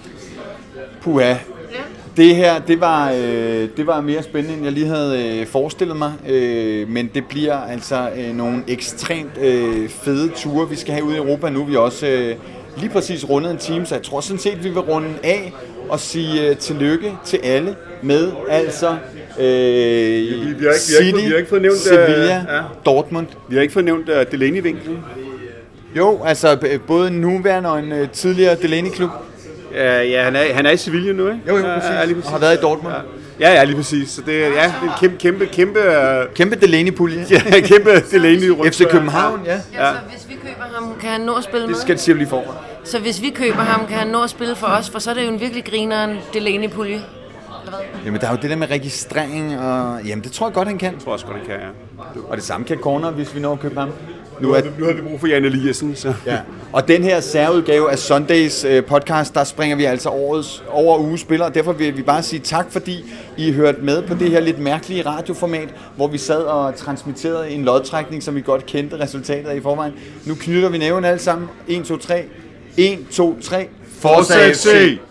Puha. Det her, det var, øh, det var mere spændende, end jeg lige havde øh, forestillet mig. Øh, men det bliver altså øh, nogle ekstremt øh, fede ture, vi skal have ude i Europa. Nu er vi også øh, lige præcis rundet en time, så jeg tror sådan set, vi vil runde af og sige øh, tillykke til alle med altså øh, vi, vi, vi, har ikke, City, vi, har ikke, vi har ikke fået nævnt Sevilla, uh, ja. Dortmund. Vi har ikke fået nævnt uh, Delaney-vinklen. Jo, altså både en nuværende og en uh, tidligere Delaney-klub. Ja, ja han, er, han er i Sevilla nu, ikke? Jo, jo, præcis. Ja, lige præcis. Og har været i Dortmund. Ja, ja, ja lige præcis. Så det, ja, det er en kæmpe, kæmpe, kæmpe... Uh... Kæmpe Delaney-pulje. Ja, kæmpe Delaney rundt. F C København, ja. Ja, så hvis vi køber ham, kan han nå at spille med? Det skal det sige lige for. Så hvis vi køber ham, kan han nå at spille for os, for så er det jo en virkelig grineren Delaney-pulje. Jamen, der er jo det der med registrering, og jamen, det tror jeg godt, han kan. Jeg tror også godt, han kan, ja. Og det samme kan Corner, hvis vi når at købe ham. Nu, er, nu har vi brug for Jan Eliassen, så... Ja. Og den her særudgave af Sundays øh, podcast, der springer vi altså årets, over uges spillere, og derfor vil vi bare sige tak, fordi I hørte med på det her lidt mærkelige radioformat, hvor vi sad og transmitterede en lodtrækning, som vi godt kendte resultatet af i forvejen. Nu knytter vi næven alle sammen. en, to, tre. en, to, tre. Forza F C!